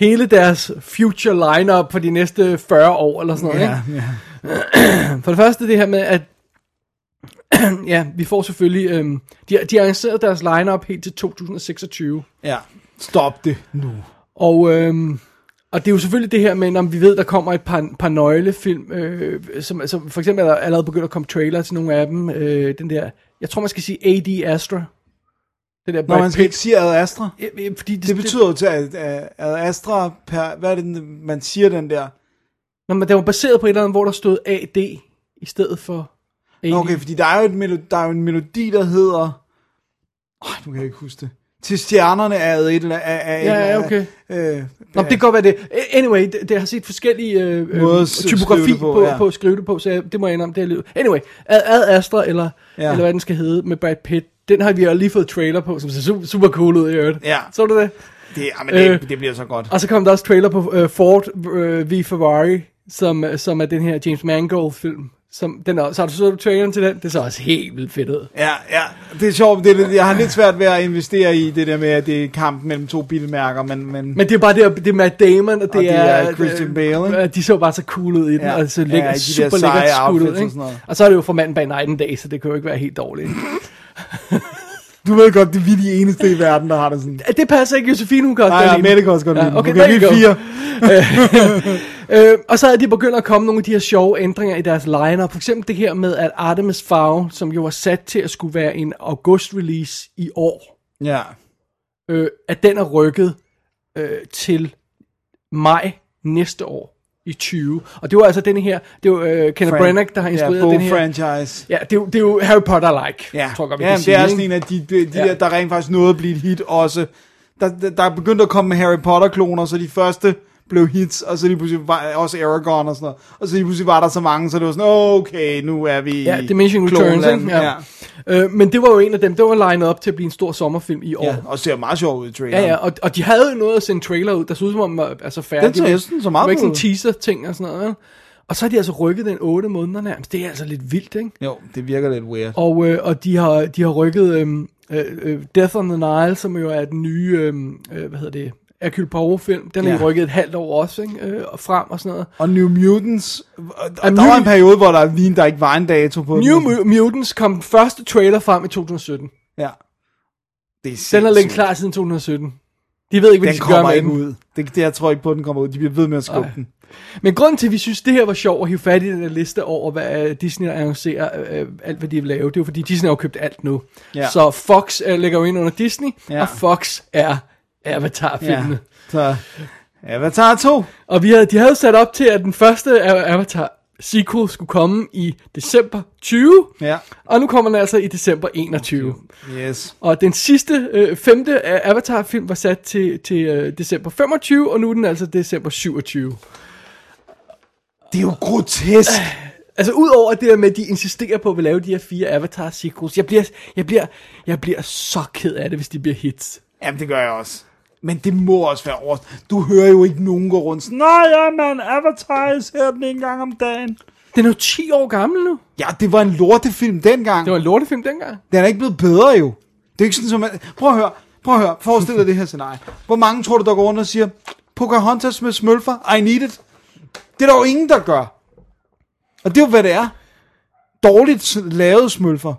hele deres future lineup for de næste 40 år, eller sådan noget, ikke? Ja. For det første det her med, at ja, vi får selvfølgelig, de har arrangeret deres lineup helt til 2026. Ja, stop det nu. Og det er jo selvfølgelig det her med, når vi ved, der kommer et par nøglefilm, som for eksempel er der allerede begyndt at komme trailer til nogle af dem. Den der, jeg tror man skal sige A.D. Astra. Det der man skal ikke sige Ad Astra. Fordi det betyder jo til at Ad Astra, hvad er det, man siger den der? Nå, men det var baseret på et eller andet, hvor der stod A.D. i stedet for A.D. Okay, fordi der er jo en melodi, der hedder... nu kan jeg ikke huske det. Til stjernerne er et eller andet... Ja, okay. Nå, det kan godt være det. Anyway, det har set forskellige typografi på at skrive det på, så det må jeg indrømme, det er livet. Anyway, Ad Astra, eller hvad den skal hedde, med Brad Pitt, den har vi jo lige fået trailer på, som ser super cool ud i øvrigt. Ja. Så du det? Det bliver så godt. Og så kom der også trailer på Ford v Ferrari, som er den her James Mangold-film. Så har du så traileren til den? Det så også helt vildt fedt ud. Ja, det er sjovt. Jeg har lidt svært ved at investere i det der med, at det er kampen mellem to bilmærker, men det er bare det er Matt Damon, og det er Christian Bale. De så bare så cool ud i den, og så lækker, super lækkert skud ud, ikke? Og så er det jo for manden bag Night and Day, så det kan jo ikke være helt dårligt. Du ved godt, det er vi de eneste i verden, der har det sådan. Det passer ikke, Josefine, hun kan også godt lide. Mette kan også godt lide. Okay, der er 4. Og så er de begyndt at komme nogle af de her sjove ændringer i deres lineup. For eksempel det her med, at Artemis Fowl, som jo var sat til at skulle være en august-release i år, at den er rykket til maj næste år. I 20. Og det var altså denne her, det var Kenneth Branagh, der har instrueret den her. Franchise. Ja, det er jo Harry Potter-like. Ja, det er sådan en af de der rent faktisk nåede at blive et hit også. Der er begyndt at komme med Harry Potter-kloner, så de første blev hits, og så lige pludselig var også Aragorn og sådan noget. Og så lige pludselig var der så mange, så det var sådan, okay, nu er vi i Diminishing Returns, ikke? Ja. Men det var jo en af dem, der var lined op til at blive en stor sommerfilm i år. Ja, og ser meget sjovt ud i traileren. Ja, og de havde jo noget at sende trailer ud, der så ud som om var altså færdig. Den så meget ud. Det var ikke sådan teaser-ting og sådan noget, ja. Og så har de altså rykket den 8 måneder nærmest. Det er altså lidt vildt, ikke? Jo, det virker lidt weird. Og de har rykket Death on the Nile, som jo er den nye, Hercule Poirot-film, den er rykket et halvt år også, ikke? Frem og sådan noget. Og New Mutants, der var en periode, hvor der ikke var en dato på New Mutants kom den første trailer frem i 2017. Ja. Den har ligget klar siden 2017. De ved ikke, hvad de skal gøre med den. Den kommer ikke ud. Det jeg tror ikke på, den kommer ud. De bliver ved med at skubbe den. Men grunden til, at vi synes, det her var sjovt at hive fat i den her liste over, hvad Disney annoncerer, alt hvad de vil lave, det er jo fordi Disney har købt alt nu. Ja. Så Fox ligger jo ind under Disney, og Fox er Avatar-filmene. Ja. Så Avatar 2. Og de havde sat op til, at den første Avatar sequel skulle komme i december 20, og nu kommer den altså i december 21. Yes. Og den sidste, femte Avatar-film var sat til december 25, og nu er den altså december 27. Det er jo grotesk. Altså udover det der med, at de insisterer på at vil lave de her 4 Avatar-sequels, jeg bliver så ked af det, hvis de bliver hits. Jamen, det gør jeg også. Men det må også være over. Du hører jo ikke nogen gå rundt sådan, nej, man, Avatar, jeg ser den en gang om dagen. Den er jo 10 år gammel nu. Ja, det var en lortefilm dengang. Det var en lortefilm dengang. Den er ikke blevet bedre jo. Det er ikke sådan, som Prøv at høre. Forestil dig det her scenarie. Hvor mange tror du, der går rundt og siger, Pocahontas med smølfer, I need it. Det er der jo ingen, der gør. Og det er jo, hvad det er. Dårligt lavet smølfer.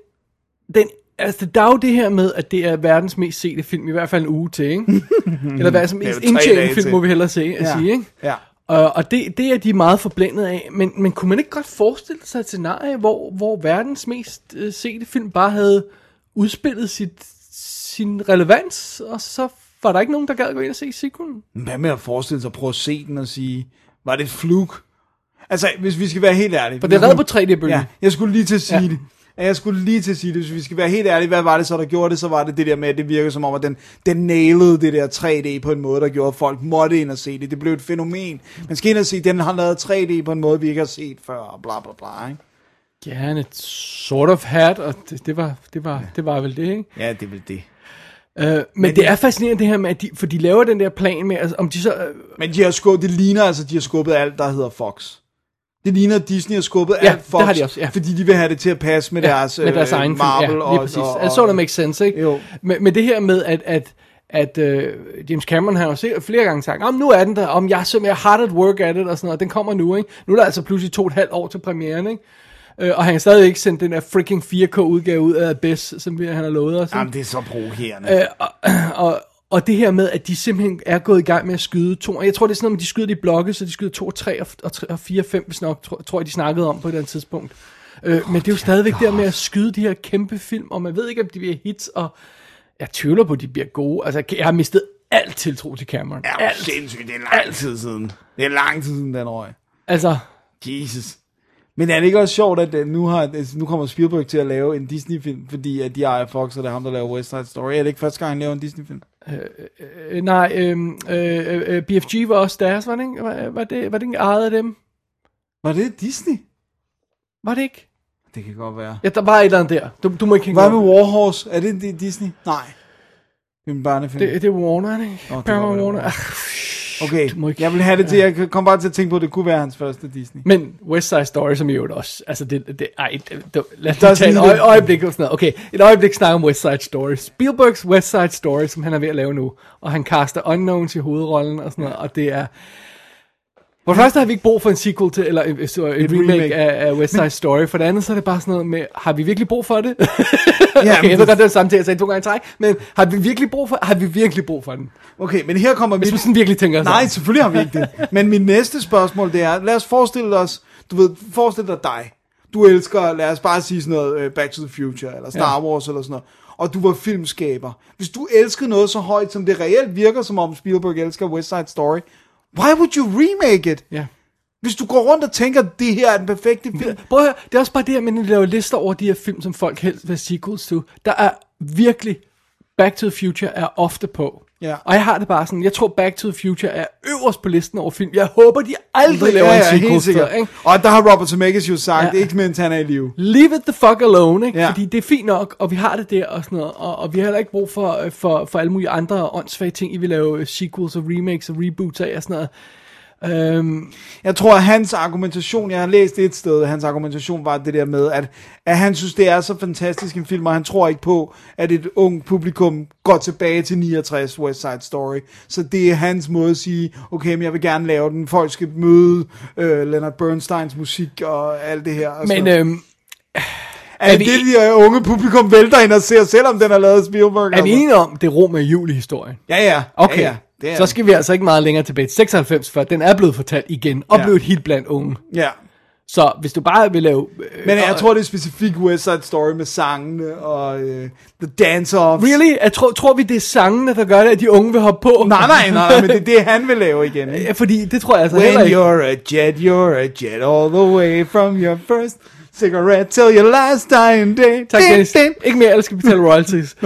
Altså, der er jo det her med, at det er verdens mest sete film, i hvert fald en uge til, ikke? Eller verdens mest indtjenende film, må vi hellere sige, ikke? Ja. Og det er de meget forblændet af. Men kunne man ikke godt forestille sig et scenarie, hvor verdens mest sete film bare havde udspillet sin relevans, og så var der ikke nogen, der gad gå ind og se sequelen? Hvad med at forestille sig at prøve at se den og sige, var det et fluk? Altså, hvis vi skal være helt ærlige. For det er reddet på 3D-bølgen. Ja, jeg skulle lige til at sige det. Hvis vi skal være helt ærlige, hvad var det så, der gjorde det? Så var det der med, at det virker som om, at den nailede det der 3D på en måde, der gjorde, at folk måtte ind og se det. Det blev et fænomen. Man skal ind og se, den har lavet 3D på en måde, vi ikke har set før, og bla bla bla, ikke? Ja, et sort of hat, og det var vel det, ikke? Ja, det er vel det. Men det er fascinerende det her med, at de laver den der plan med, altså, om de så... Men det ligner altså, de har skubbet alt, der hedder Fox. Det ligner, at Disney har skubbet alt Fox, det har de også, fordi de vil have det til at passe med deres egen Marvel film. Ja, lige præcis. Så det makes sense, ikke? Jo. Men det her med, at at James Cameron har jo flere gange sagt, nu er den der, om jeg er hard at work at it, og sådan noget, den kommer nu, ikke? Nu er der altså pludselig 2,5 år til premieren, ikke? Og han har stadig ikke sendt den der freaking 4K-udgave ud af Abyss, som han har lovet os. Jamen, det er så provokerende. Og det her med, at de simpelthen er gået i gang med at skyde 2, og jeg tror, det er sådan noget, de skyder de blokke, så de skyder 2, 3 og 4, 5, hvis nok, tror jeg, de snakkede om på et eller andet tidspunkt. Men det er jo stadigvæk der med at skyde de her kæmpe film, og man ved ikke, om de bliver hits, og jeg tvivler på, at de bliver gode. Altså, jeg har mistet alt tiltro til Cameron. Ja, alt. sindssygt, det er lang tid siden. Det er lang tid siden, den røg. Altså... Jesus. Men er det ikke også sjovt, at nu kommer Spielberg til at lave en Disney-film, fordi at de ejer Fox, og det er ham, der laver West Side Story? Er det ikke første gang, han laver en Disney-film? Nej, BFG var også deres, var det ikke? Var det ikke ejet af dem? Var det Disney? Var det ikke? Det kan godt være. Ja, der var et eller andet der. Du må ikke Hvad med Warhorse? Er det Disney? Nej. Det er en børnefilm. Det er Warner, ikke? Warner. Okay, jeg vil have det til, jeg kom bare til at tænke på, at det kunne være hans første Disney. Men West Side Story, som jo også, altså lad os tage et øjeblik og sådan noget. Okay, et øjeblik snakke om West Side Story. Spielbergs West Side Story, som han er ved at lave nu, og han caster unknowns i hovedrollen og sådan noget, og det er... For det første har vi ikke brug for en sequel til, eller et remake af West Side Story. For det andet, så er det bare sådan noget med, har vi virkelig brug for det? Ja, okay, jeg ved godt, det er samtidig, jeg sagde 2 gange i træk, men har vi virkelig brug for den? Okay, men her kommer hvis man sådan virkelig tænker sig. Nej, selvfølgelig har vi ikke det. Men mit næste spørgsmål, det er, lad os forestille os, forestil dig, du elsker, lad os bare sige sådan noget, Back to the Future, eller Star Wars, eller sådan noget, og du var filmskaber. Hvis du elskede noget så højt, som det reelt virker, som om Spielberg elsker West Side Story, why would you remake it? Ja. Hvis du går rundt og tænker, at det her er den perfekte film. Prøv at høre, det er også bare det, at man laver lister over de her film, som folk helst vil have sequels til. Der er virkelig, Back to the Future er ofte på. Ja. Og jeg har det bare sådan, jeg tror Back to the Future er øverst på listen over film. Jeg håber, de aldrig laver en sequel til. Og der har Robert Zemeckis jo sagt, ikke mens han er i live. Leave it the fuck alone, ikke? Ja. Fordi det er fint nok, og vi har det der og sådan noget. Og vi har heller ikke brug for alle mulige andre åndssvage ting, I vil lave sequels og remakes og reboots af og sådan noget. Jeg tror, at hans argumentation, jeg har læst et sted, hans argumentation var det der med, at han synes, det er så fantastisk en film, og han tror ikke på, at et ung publikum går tilbage til 69 West Side Story. Så det er hans måde at sige, okay, men jeg vil gerne lave den, folk skal møde Leonard Bernsteins musik og alt det her. Og men er det de unge publikum vælter ind og ser, selvom den er lavet Spielberg? Er vi enige om, det Rom er jul i historien? Ja. Okay. Ja. Så skal vi altså ikke meget længere tilbage til 96, før den er blevet fortalt igen, og blev et hit blandt unge. Ja. Så hvis du bare vil lave... Men jeg tror, det er specifikt West Side Story med sangene og The Dance-Offs. Really? Tror vi, det er sangene, der gør det, at de unge vil hoppe på? Nej, men det er det, han vil lave igen. Ikke? Ja, fordi det tror jeg altså When heller ikke. you're a jet all the way from your first cigarette till your last dying day. Tak, Dennis. Ikke mere, alle skal betale royalties.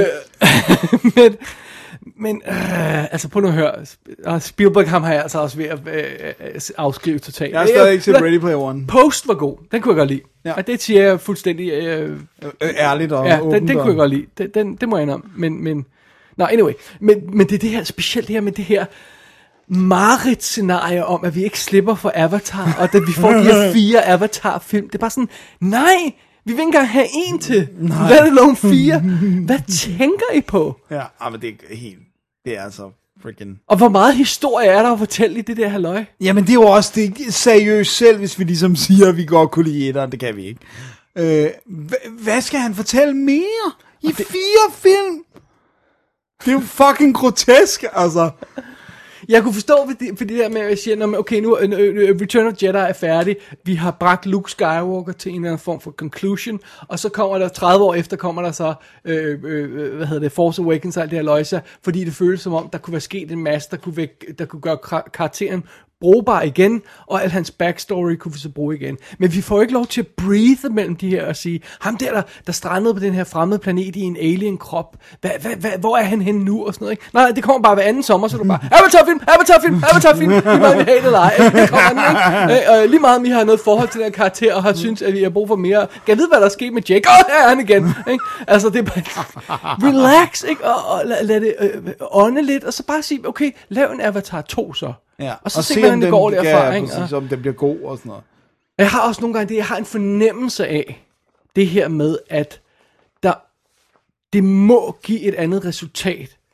Men altså på nu at høre, Spielberg ham har jeg altså også ved at afskrive totalt. Jeg har stadig ikke set Ready Player One. Post var god, den kunne jeg godt lide. Ja. Og det siger jeg fuldstændig ærligt og ja, åbent. den kunne jeg godt lide. Det må jeg indrømme. Men anyway. Men det er det her, specielt det her med det her mareridt-scenarie om, at vi ikke slipper for Avatar, og at vi får de her 4 Avatar-film. Det er bare sådan, nej, vi vil ikke engang have en til. Let alone 4. Hvad tænker I på? Ja, men det er helt... Det er altså freaking... Og hvor meget historie er der at fortælle i det der halløj? Jamen, det er jo også det seriøst selv, hvis vi ligesom siger, at vi godt kunne lide etteren. Det kan vi ikke. Hvad skal han fortælle mere? I 4 film? Det er jo fucking grotesk, altså. Jeg kunne forstå for det der med, at jeg siger, okay, nu Return of Jedi er færdig, vi har bragt Luke Skywalker til en eller anden form for conclusion, og så kommer der 30 år efter, kommer der så, Force Awakens og alt det her løjser, fordi det føles som om, der kunne være sket en masse, der kunne gøre karakteren brugbar igen, og al hans backstory kunne vi så bruge igen. Men vi får ikke lov til at breathe mellem de her og sige, ham der strandede på den her fremmede planet i en alien krop, hvor er han henne nu og sådan noget, ikke? Nej, det kommer bare hver anden sommer, så du bare, Avatar-film, lige meget vi hater eller ej, det kommer den, ikke? Lige meget vi har noget forhold til den karakter, og har synes, at vi har brug for mere. Kan jeg vide, hvad der er sket med Jake? Her er han igen, ikke? Altså, det er bare, relax, ikke? Og lad det ånde lidt, og så bare sige, okay, lav en Avatar 2 så. Ja. Og så se, hvordan det går derfra. Ja, præcis, om den bliver god og sådan noget. Jeg har også nogle gange jeg har en fornemmelse af det her med, at det må give et andet resultat,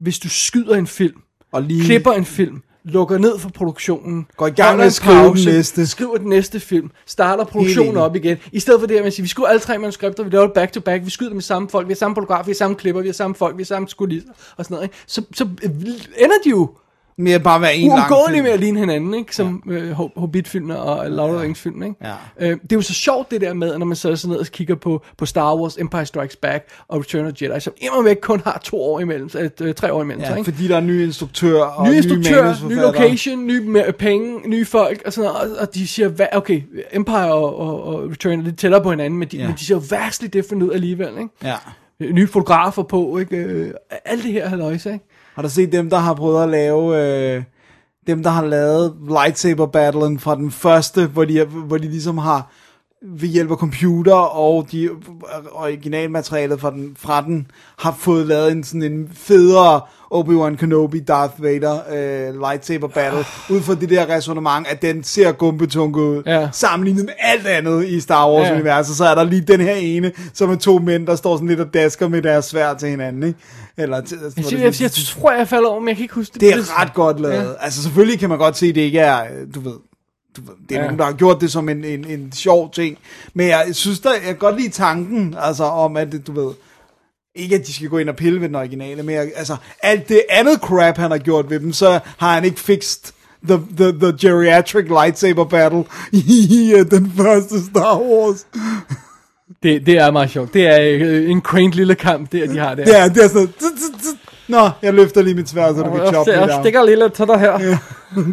hvis du skyder en film, og lige klipper en film, lukker ned for produktionen, går i gang holder med en at skrive pause, den næste. skriver den næste film, starter produktionen op igen, i stedet for det, at man siger, vi skriver alle 3 manuskripter, vi laver det back to back, vi skyder med samme folk, vi har samme fotograf, vi har samme klipper, vi har samme folk, vi har samme skolister, og sådan noget, ikke? Så ender de jo med at bare være en lang film. med at ligne hinanden, ikke? Som Hobbit-filmene og Lord of the Rings-filmene, ikke? Ja. Det er jo så sjovt det der med, når man så ned og kigger på Star Wars, Empire Strikes Back og Return of the Jedi, som immervæk kun har 3 år imellem sig, ikke? Fordi der er ny instruktør og ny location, nye penge, nye folk og sådan noget, og de siger, okay, Empire og Return er lidt tættere på hinanden, men de ser jo vastly different ud alligevel, ikke? Ja. Nye fotografer på, ikke? Alt det her halløjse, ikke? Har du set dem, der har prøvet at lave... dem, der har lavet lightsaber battlen fra den første, hvor de ligesom har ved hjælp af computer og de originalmaterialet fra den har fået lavet en federe Obi-Wan Kenobi Darth Vader lightsaber battle ud fra det der resonemang, at den ser gumbetung ud sammenlignet med alt andet i Star Wars universet. Så er der lige den her ene, som er 2 mænd, der står sådan lidt og dasker med deres sværd til hinanden, ikke? Eller jeg tror, jeg falder over, men jeg kan ikke huske det. Det er ret godt lavet. Ja. Altså selvfølgelig kan man godt se, at det ikke er, du ved, det er nogen, der har gjort det som en sjov ting. Men jeg synes, jeg kan godt lide tanken, altså om, at du ved, ikke at de skal gå ind og pille ved den originale, men altså alt det andet crap, han har gjort ved dem, så har han ikke fikset the geriatric lightsaber battle i den første Star Wars. Det er meget sjovt. Det er en quaint lille kamp, de har der. Ja, det er sådan... Nå, jeg løfter lige mit sværd, så du kan choppe mig down. Jeg stikker lige lidt til dig her. Yeah.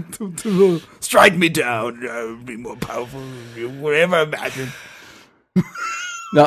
Strike me down, be more powerful, whatever imagine. Nå,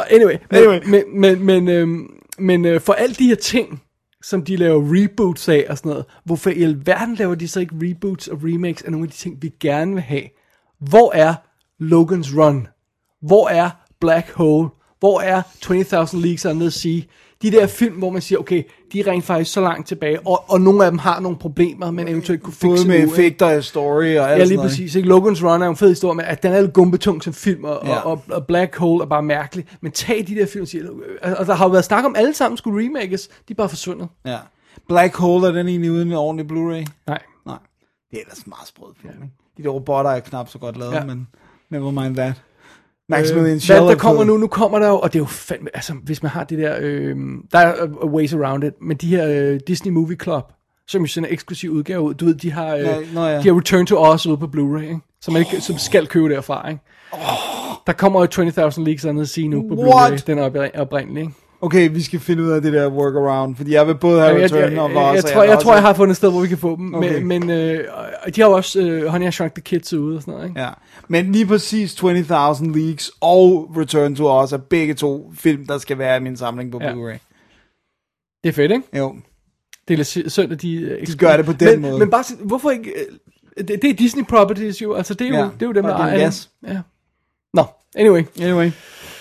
anyway. Men for alle de her ting, som de laver reboots af og sådan noget, hvorfor i alverden laver de så ikke reboots og remakes af nogle af de ting, vi gerne vil have? Hvor er Logan's Run? Hvor er Black Hole? Hvor er 20.000 Leagues Under the Sea? De der film, hvor man siger, okay, de er rent faktisk så langt tilbage, og nogle af dem har nogle problemer, men eventuelt kunne fikse både med effekter og story og alt sådan noget. Ja, lige præcis. Ikke? Logan's Run er en fed historie med, at den er lidt gumbetung som film, og Black Hole er bare mærkelig. Men tag de der film og siger, og der har jo været snak om, alle sammen skulle remakes, de er bare forsvundet. Ja. Black Hole, er den egentlig uden en ordentlig Blu-ray? Nej. Det er ellers meget sprød film, ikke? De der robotter er knap så godt lavet, men never mind that. Hvad der kommer nu kommer der jo, og det er jo fandme, altså hvis man har det der, der er ways around it, men de her Disney Movie Club, som jo sender eksklusiv udgave ud, du ved, de har Return to Oz ude på Blu-ray, ikke? Som skal købe derfra, ikke? Der kommer jo 20.000 Leagues Under the Sea nu på Blu-ray, den er oprindelig, ikke? Okay, vi skal finde ud af det der workaround, fordi jeg vil både have Return og Oz. Jeg tror, jeg har fundet et sted, hvor vi kan få dem, okay. men de har jo også Honey, I Shrunk the Kids ude og sådan noget, ikke? Ja, men lige præcis 20.000 Leagues og Return to Oz er begge 2 film, der skal være i min samling på Blu-ray. Det er fedt, ikke? Jo. Det er synd, at de gør det på den måde. Men bare, hvorfor ikke? Det er Disney Properties jo, altså det er jo dem, der ejer det. Ja. Nå, anyway.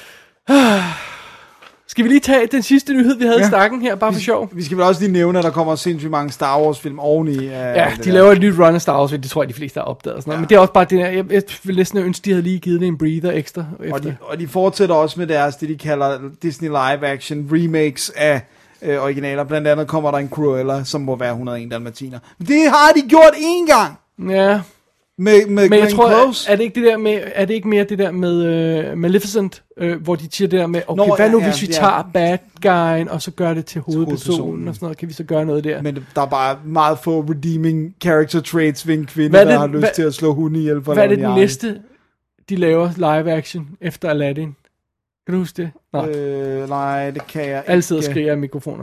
Skal vi lige tage den sidste nyhed, vi havde i stakken her, bare for sjov? Vi skal vel også lige nævne, at der kommer sindssygt mange Star Wars film oveni. De laver et nyt run af Star Wars, det tror jeg, de fleste har opdaget. Sådan noget. Men det er også bare det der, jeg vil næsten ønske, de havde lige givet det en breather ekstra. Og de fortsætter også med deres, det de kalder Disney Live Action remakes af originaler. Blandt andet kommer der en Cruella, som må være 101 dalmatiner. Det har de gjort én gang! Ja. Men jeg tror, er det ikke mere det der med Maleficent, hvor de siger det der med, okay, hvad nu hvis vi tager bad guyen, og så gør det til hovedpersonen, og sådan noget, kan vi så gøre noget der? Men der er bare meget få redeeming character traits ved en kvinde, der har lyst til at slå hunde ihjel. Hvad er det den næste, de laver live action efter Aladdin? Kan du huske det? Nej, det kan jeg ikke. Alle sidder og skriger af mikrofoner.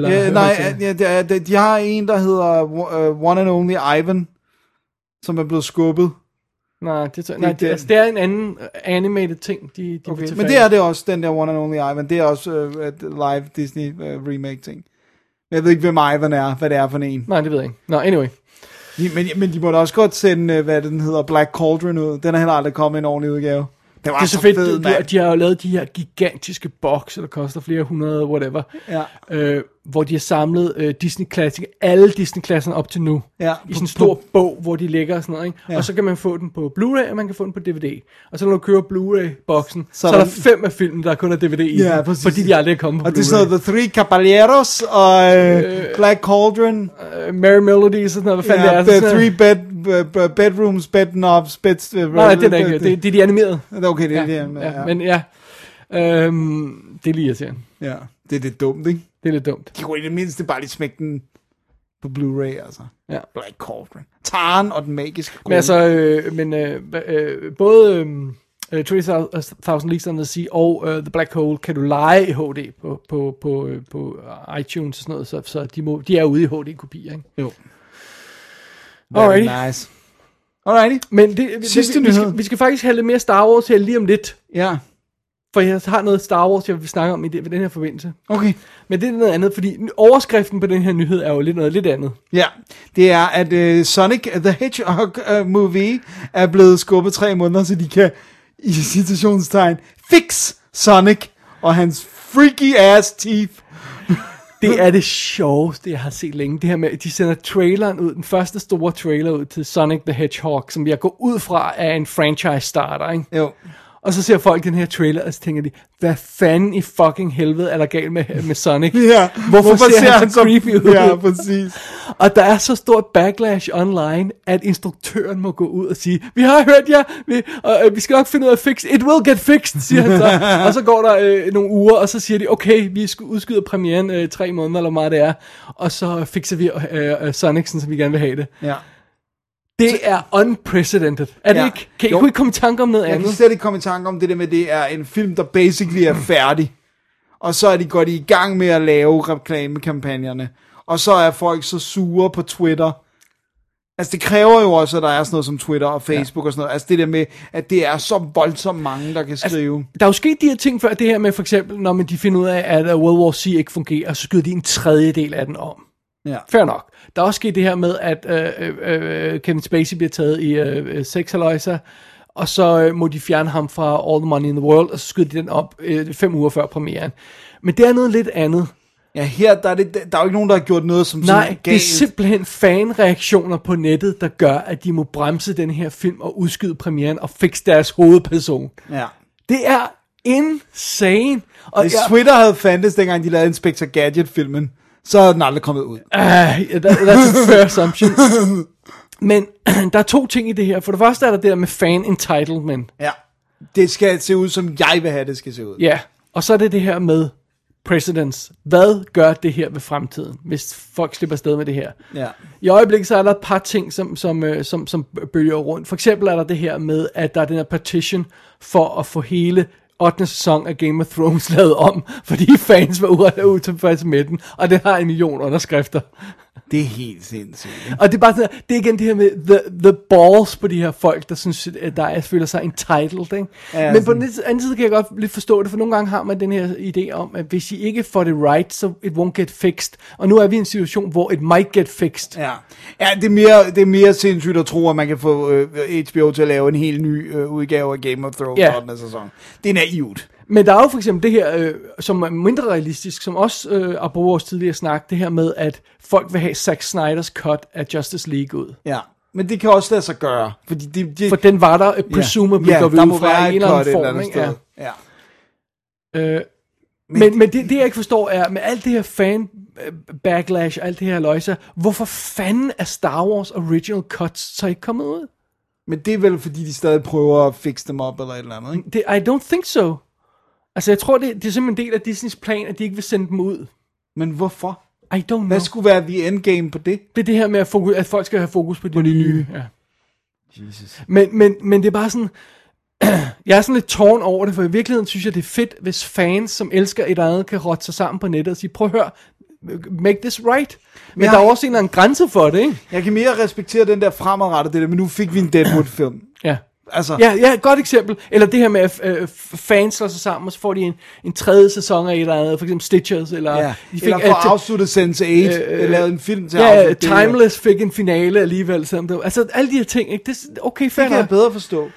De har en, der hedder One and Only Ivan, som er blevet skubbet. Nej, det er en anden animated ting, de okay, men det er det også, den der One and Only Ivan. Det er også et live Disney remake ting. Jeg ved ikke, hvem Ivan er, hvad det er for en. Nej, det ved jeg ikke. Nå, anyway. Men de må da også godt sende, hvad den hedder, Black Cauldron ud. Den er heller aldrig kommet i en ordentlig udgave. Det var Det er så så fedt, fedt, mand. at de har jo lavet de her gigantiske bokse, der koster flere hundrede, whatever. Ja. Hvor de har samlet Disney-klassikere, alle Disney-klasserne op til nu. Ja, I sådan en stor bog, hvor de ligger og sådan noget. Ikke? Ja. Og så kan man få den på Blu-ray, og man kan få den på DVD. Og så når du køber Blu-ray-boksen, så er der der 5 af filmen, der kun er DVD i. Ja, den, præcis. fordi de aldrig er kommet på Og Blu-ray. det er sådan noget The Three Caballeros og Black Cauldron. Merry Melodies og sådan noget, hvad fanden Ja, det er. The Sådan Three bedrooms, bed knobs, beds... Nej, det er ikke. Det er de animerede. Okay, det er Ja, det. ja. Men ja, det er lige irriterende. Ja, det er lidt dumt, ikke? Det er lidt dumt. De kunne i det mindste bare lige smække den på Blu-ray, altså. Ja. Black Cauldron. Taren og den magiske Men altså, både 3000 Leagues Under the Sea og The Black Hole kan du lege i HD på iTunes og sådan noget, så de er ude i HD-kopier, ikke? Jo. Alrighty. Very nice. Alrighty. Men Sidste vi nyhed. skal faktisk have lidt mere Star Wars her lige om lidt, Ja, for jeg har noget Star Wars, jeg vil snakke om i den her forbindelse. okay. Men det er noget andet, fordi overskriften på den her nyhed er jo noget lidt andet. Ja, det er, at Sonic the Hedgehog movie er blevet skubbet 3 måneder, så de kan, i citationstegn, fix Sonic og hans freaky ass teeth. Det er det sjoveste, jeg har set længe. Det her med, at de sender traileren ud, den første store trailer ud til Sonic the Hedgehog, som jeg går ud fra er en franchise starter, ikke? Jo. Og så ser folk den her trailer, og så tænker de, hvad fanden i fucking helvede er der galt med Sonic? Ja, Hvorfor ser han så creepy ud? Ja, præcis. Og der er så stort backlash online, at instruktøren må gå ud og sige, vi har hørt jer, vi skal nok finde ud af at fix it will get fixed, siger han så. Og så går der nogle uger, og så siger de, okay, vi udskyder premieren 3 måneder, eller hvor meget det er, og så fixer vi Sonic, som vi gerne vil have det. Ja. Det er unprecedented. Er det Ja. ikke? Kunne Jo. I komme i tanke om noget Jeg andet? kan slet ikke komme i tanke om det der med, det er en film, der basically er færdig. Og så er de gået i gang med at lave reklamekampagnerne. Og så er folk så sure på Twitter. Altså det kræver jo også, at der er sådan noget som Twitter og Facebook og sådan noget. Altså det der med, at det er så voldsomt mange, der kan skrive. Altså, der er jo sket de her ting før, det her med for eksempel, når de finder ud af, at World War C ikke fungerer, så skyder de en tredjedel af den om. Ja. Fair nok. Der er også sket det her med, at Kevin Spacey bliver taget i sexhaløjser, og så må de fjerne ham fra All the Money in the World, og så skyder de den op 5 uger før premieren. Men det er noget lidt andet. Ja, her der er jo ikke nogen, der har gjort noget som Nej, sådan det er simpelthen fanreaktioner på nettet, der gør, at de må bremse den her film og udskyde premieren og fikse deres hovedperson. Ja. Det er insane. Og Hvis Twitter havde fandtes, dengang de lavede Inspector Gadget-filmen, så havde den aldrig kommet ud. that's a fair assumption. Men der er 2 ting i det her. For det første er der det der med fan entitlement. Ja. Det skal se ud, som jeg vil have, det skal se ud. Ja, og så er det det her med precedence. Hvad gør det her ved fremtiden, hvis folk slipper afsted med det her? Ja. I øjeblikket så er der et par ting, som bølger rundt. For eksempel er der det her med, at der er den her petition for at få hele 8. sæson af Game of Thrones lavet om, fordi fans var utilfredse med den, og det har 1 million underskrifter. Det er helt sindssygt. Og det er bare sådan, det er igen det her med the balls på de her folk, der synes, at føler sig entitled, ikke? Ja, men på den anden side kan jeg godt lidt forstå det, for nogle gange har man den her idé om, at hvis I ikke får det right, så it won't get fixed. Og nu er vi i en situation, hvor it might get fixed. Ja, det er mere sindssygt at tro, at man kan få HBO til at lave en helt ny udgave af Game of Thrones Ja. 8. sæson. Det er naivt. Men der er jo for eksempel det her, som er mindre realistisk, som også apropos vores tidligere snak, det her med, at folk vil have Zack Snyders cut af Justice League ud. Ja, men det kan også lade sig gøre. Fordi For den var der, presumably, går vi ud fra en eller anden form, ikke? Ja. Men det jeg ikke forstår er, med alt det her fan backlash, alt det her løjser, hvorfor fanden er Star Wars original cuts så ikke kommet ud? Men det er vel, fordi de stadig prøver at fixe dem op, eller et eller andet, ikke? I don't think so. Altså, jeg tror, det er simpelthen en del af Disneys plan, at de ikke vil sende dem ud. Men hvorfor? I don't know. Hvad skulle være the endgame på det? Det er det her med, at folk skal have fokus på det nye. Ja. Jesus. Men det er bare sådan... Jeg er sådan lidt tårn over det, for i virkeligheden synes jeg, det er fedt, hvis fans, som elsker et eller andet, kan rotte sig sammen på nettet og sige, prøv at høre, make this right. Men der er også en eller anden grænse for det, ikke? Jeg kan mere respektere den der fremadrettet, det der, men nu fik vi en Deadwood-film. Ja. Altså. Ja, godt eksempel. Eller det her med, at fans slår sig sammen, og så får de en 3. sæson af et eller andet, for eksempel Stitches, eller... Ja. Eller for afsluttet Sense8, lavet en film til ja, Timeless fik en finale alligevel. Altså, alle de her ting, ikke? Det er okay, fair det kan jeg bedre forstå.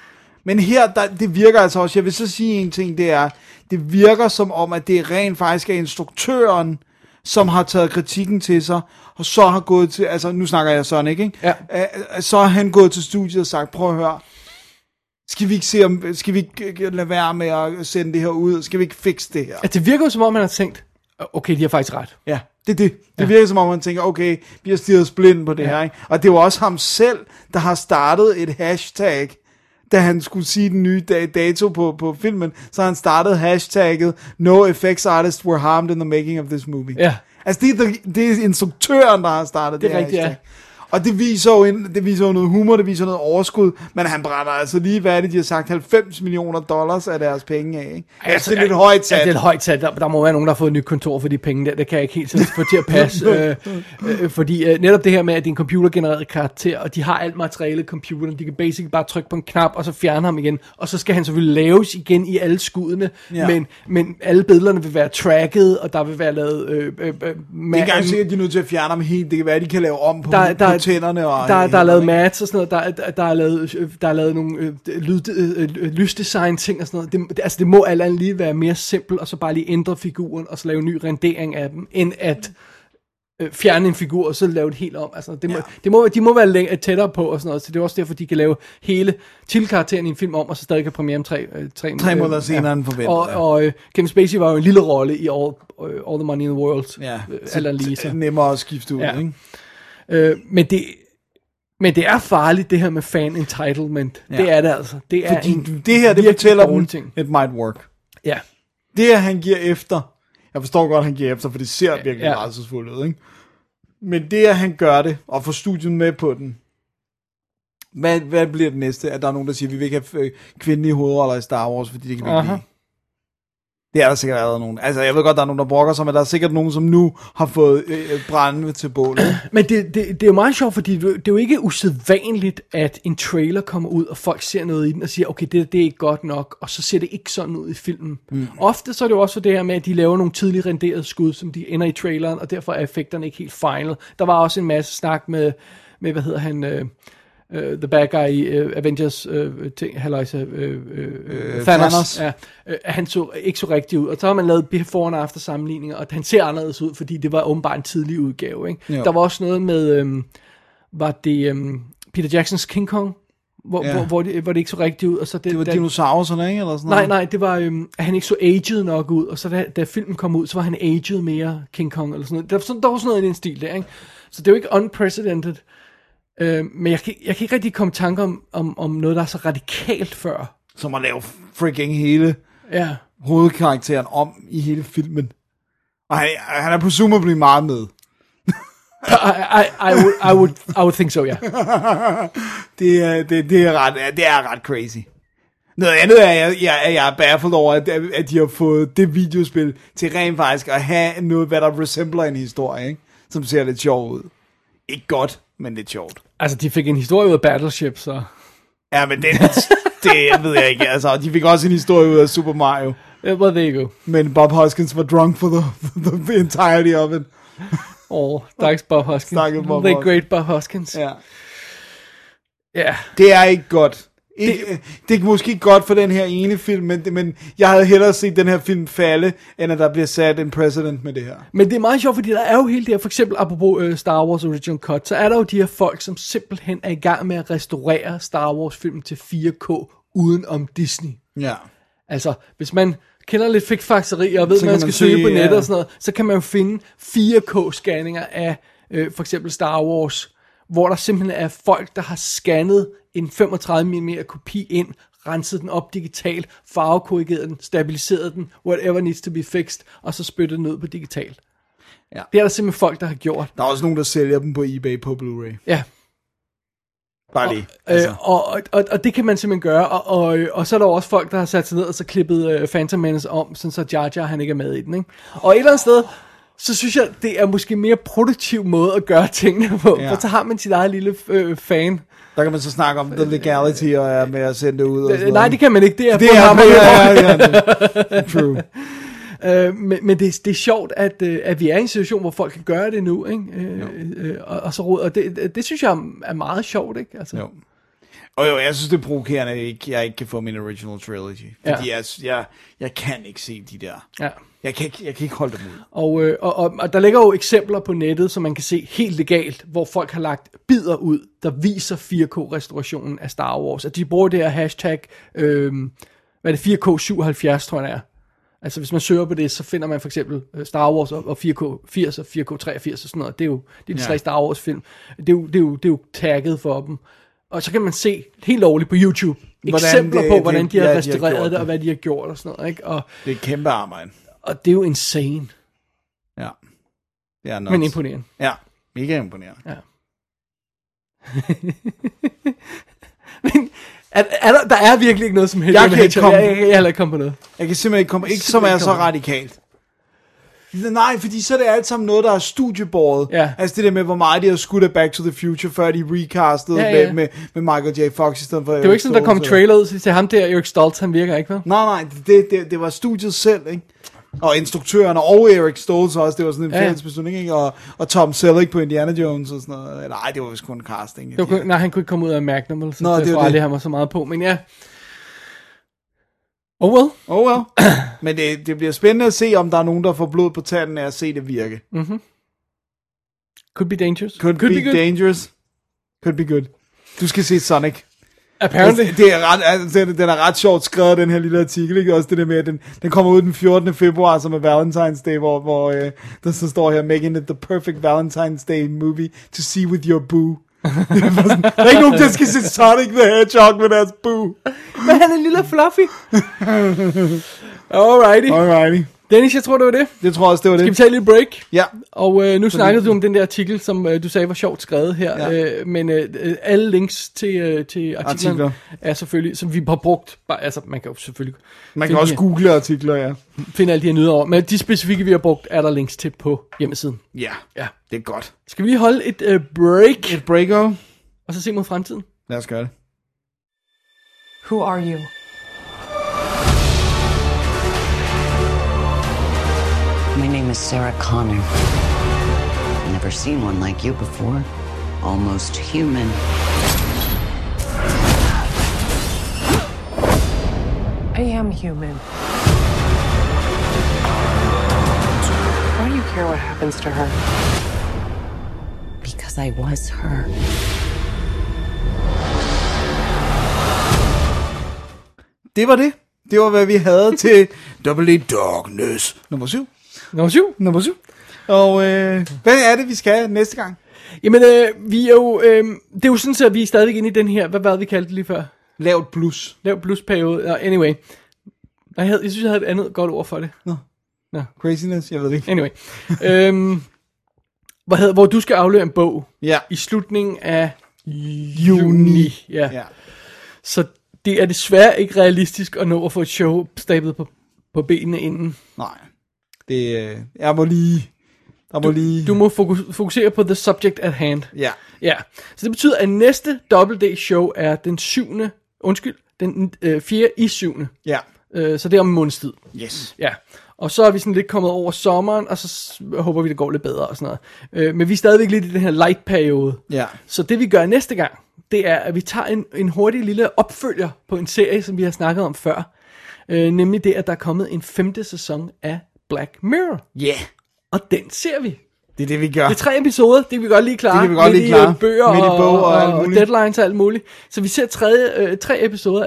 Men her, det virker altså også, jeg vil så sige en ting, det er, det virker som om, at det rent faktisk er instruktøren, som har taget kritikken til sig, og så har gået til, altså nu snakker jeg sådan, ikke? Ja. Så har han gået til studiet og sagt, prøv at høre, skal vi ikke lade være med at sende det her ud? Skal vi ikke fikse det her? At det virker som om, man har tænkt, okay, de har faktisk ret. Ja, det virker som om, man tænker, okay, vi har stirret os blind på det her, ikke? Og det var også ham selv, der har startet et hashtag, da han skulle sige den nye dato på filmen, så han startede hashtagget, no effects artists were harmed in the making of this movie. Ja. Altså, det er instruktøren, der har startet det rigtigt, hashtag. Og det viser jo noget humor, det viser noget overskud, men han brænder altså lige, hvad er det, de har sagt, $90 million af deres penge af, ikke? Altså, det er lidt højt sat. Ja, det er lidt højt sat. Der må være nogen, der har fået et nyt kontor for de penge der. Det kan jeg ikke helt sådan få til at passe. Fordi netop det her med, at det er en computergenereret karakter, og de har alt materiale i computeren, de kan basically bare trykke på en knap, og så fjerne ham igen. Og så skal han selvfølgelig laves igen i alle skuddene, men alle billederne vil være tracket, og der vil være lavet... det er ikke engang sikkert, at de er nødt til at fjerne ham helt. Det kan være, at de kan lave om på tænderne. Og der er lavet mats og sådan noget, der er lavet nogle lysdesign ting og sådan noget. Det må alt andet lige være mere simpelt, og så bare lige ændre figuren, og så lave en ny rendering af dem, end at fjerne en figur, og så lave det helt om. Altså, de må være tættere på, og sådan noget, så det er også derfor, de kan lave hele tilkarakteren i en film om, og så stadig kan premiere om tre måneder senere end forventet. Og Kevin Spacey var jo en lille rolle i All the Money in the World. Ja, så nemmere at skifte ud, ikke? Men det er farligt, det her med fan entitlement. Ja. Det er det altså. Det er fordi det her, det fortæller dem, it might work. Ja. Det her, han giver efter, jeg forstår godt, han giver efter, for det ser virkelig rædselsfuldt ud, ikke? Men det, at han gør det, og får studiet med på den, hvad bliver det næste? At der er nogen, der siger, vi vil ikke have kvindelige hovedroller i Star Wars, fordi det kan vi ikke lide. Det er der sikkert allerede nogen. Altså, jeg ved godt, der er nogen, der brokker sig, men der er sikkert nogen, som nu har fået brænde til bålet. Men det er jo meget sjovt, fordi det er jo ikke usædvanligt, at en trailer kommer ud, og folk ser noget i den og siger, okay, det er ikke godt nok, og så ser det ikke sådan ud i filmen. Ofte så er det jo også for det her med, at de laver nogle tidligt renderede skud, som de ender i traileren, og derfor er effekterne ikke helt final. Der var også en masse snak med hvad hedder han... the bad guy i Avengers Thanos. Ja, han så ikke så rigtig ud. Og så har man lavet before and after sammenligninger, og han ser anderledes ud, fordi det var åbenbart en tidlig udgave. Ikke? Der var også noget med, var det Peter Jacksons King Kong, hvor det ikke så rigtigt ud. Og så det var dinosaurerne, ikke? Eller sådan noget? Nej, det var, at han ikke så aged nok ud, og så da filmen kom ud, så var han aged mere, King Kong, eller sådan noget. Der var sådan noget i den stil der, ikke? Så det er jo ikke unprecedented. Men jeg kan ikke rigtig komme i tanke om noget, der er så radikalt før. Som at lave freaking hele hovedkarakteren om i hele filmen. Og han er presumably meget med. I would think so, ja. Det er ret crazy. Noget andet er, jeg er baffled over, at de har fået det videospil til rent faktisk at have noget, hvad der resembler en historie, ikke? Som ser lidt sjov ud. Ikke godt, men lidt sjovt. Altså, de fik en historie ud af Battleship, så... Ja, men det ved jeg ikke. Altså, de fik også en historie ud af Super Mario. Well, there you go. Men Bob Hoskins var drunk for the entirety of it. Stakkels Bob Hoskins. The great Bob Hoskins. Ja. Ja. Det er ikke godt. Det er måske ikke godt for den her ene film, men jeg havde hellere set den her film falde, end at der bliver sat en precedent med det her. Men det er meget sjovt, fordi der er jo hele det her, for eksempel apropos Star Wars Original Cut, så er der jo de her folk, som simpelthen er i gang med at restaurere Star Wars filmen til 4K uden om Disney. Ja. Altså, hvis man kender lidt fikfakseri og ved, man skal søge på nettet og sådan noget, så kan man jo finde 4K-scanninger af for eksempel Star Wars, hvor der simpelthen er folk, der har scannet en 35mm kopi ind, renset den op digitalt, farvekorrigeret den, stabiliseret den, whatever needs to be fixed, og så spyttet den ud på digitalt. Ja. Det er der simpelthen folk, der har gjort. Der er også nogen, der sælger dem på eBay på Blu-ray. Ja. Bare lige. Altså. Og det kan man simpelthen gøre, og så er der også folk, der har sat sig ned og så klippet Phantom Menace om, sådan så Jar Jar han ikke er med i den. Ikke? Og et eller andet sted, så synes jeg, det er måske en mere produktiv måde at gøre tingene på, for så har man sit eget lille fan. Der kan man så snakke om the legality og med at sende det ud. Og nej, det kan man ikke. Det er true. Men det er sjovt, at vi er i en situation, hvor folk kan gøre det nu, ikke? Og det synes jeg er meget sjovt, ikke? Altså. Jo. Og jo, jeg synes, det er provokerende, at jeg ikke kan få min original trilogy. Fordi jeg kan ikke se de der. Ja. Jeg kan ikke holde dem ud. Og der ligger jo eksempler på nettet, som man kan se helt legalt, hvor folk har lagt bidder ud, der viser 4K-restaurationen af Star Wars. At de bruger det her hashtag, hvad er det, 4K77, tror jeg det er. Altså hvis man søger på det, så finder man for eksempel Star Wars og 4K80 og 4K83 og sådan noget. Det er de tre Star Wars film. Det er jo tagget for dem. Og så kan man se helt lovligt på YouTube eksempler på, hvordan de har restaureret det, og hvad de har gjort og sådan noget. Ikke? Og, det er kæmpe arbejde. Og det er jo insane. Ja. Det er men imponerende. Ja, mega imponerende. Ja. Men der er virkelig ikke noget som helst. Jeg kan heller ikke komme på noget. Jeg kan simpelthen ikke komme, ikke som er så radikalt. Nej, fordi så er det alt sammen noget, der er studiebåret. Ja. Altså det der med, hvor meget de har skudt af Back to the Future, før de recastede med Michael J. Fox i stedet for... Det var ikke sådan, der kom trailer ud til ham der, Eric Stoltz, han virker ikke, vel? Nej, det var studiet selv, ikke? Og instruktørerne og Eric Stoltz også, det var sådan en fælles beslutning, ikke? Og Tom Selleck på Indiana Jones og sådan noget. Nej, det var vist kun casting. Nej, han kunne ikke komme ud af Magnum, så det tror aldrig, han var så meget på, men ja... Oh well. Men det bliver spændende at se, om der er nogen, der får blod på tanden af at se det virke. Mm-hmm. Could be dangerous. Could be dangerous. Could be good. Du skal se Sonic. Apparently. Den er ret sjovt skrevet, den her lille artikel, ikke? Også det der med, at den kommer ud den 14. februar, som er Valentine's Day, hvor der så står her, making it the perfect Valentine's Day movie to see with your boo. Der er ikke nogen, der skal se Sonic the Hedgehog med deres boo. Men han er en lille fluffy. Alrighty. Dennis, jeg tror, det var det. Det tror jeg også, det var det. Skal vi tage en lille break? Ja. Og nu snakkede du om den der artikel, som du sagde var sjovt skrevet her. Ja. Men alle links til artikler er selvfølgelig, som vi har brugt. Altså, man kan jo selvfølgelig... Man kan også google artikler, ja. Finde alle de her nyheder over. Men de specifikke, vi har brugt, er der links til på hjemmesiden. Ja, det er godt. Skal vi lige holde et break? Et break-o. Og så se mod fremtiden? Lad os gøre det. Who are you? My name is Sarah Connor. Never seen one like you before. Almost human. I am human. Why do you care what happens to her? Because I was her. Det var det. Det var, hvad vi havde til Double Darkness. Nummer 7. Og hvad er det, vi skal næste gang? Jamen, vi er jo... det er jo sådan, at vi er stadig inde i den her... Hvad vi kaldte det lige før? Lavt blues-periode. Anyway. Jeg synes, jeg havde et andet godt ord for det. Nå. Craziness, jeg ved det ikke. Anyway. Hvor du skal aflevere en bog. Ja. I slutningen af juni. Ja. Så det er desværre ikke realistisk at nå at få et show stablet på benene inden. Nej. Jeg må lige... Du må fokusere på the subject at hand. Ja. Så det betyder, at næste Double D show er den 4. i 7. Ja. Så det er om en måneds tid. Yes. Ja. Og så er vi sådan lidt kommet over sommeren, og så håber vi, det går lidt bedre og sådan noget. Men vi er stadigvæk lidt i den her light-periode. Ja. Så det vi gør næste gang, det er, at vi tager en hurtig lille opfølger på en serie, som vi har snakket om før. Nemlig det, at der er kommet en 5. sæson af Black Mirror. Ja. Yeah. Og den ser vi. Det er det, vi gør. Det er 3 episoder, det kan vi godt lige klare. Det kan vi godt lige klare. Bøger midt i bog og deadlines og alt muligt. Så vi ser 3 episoder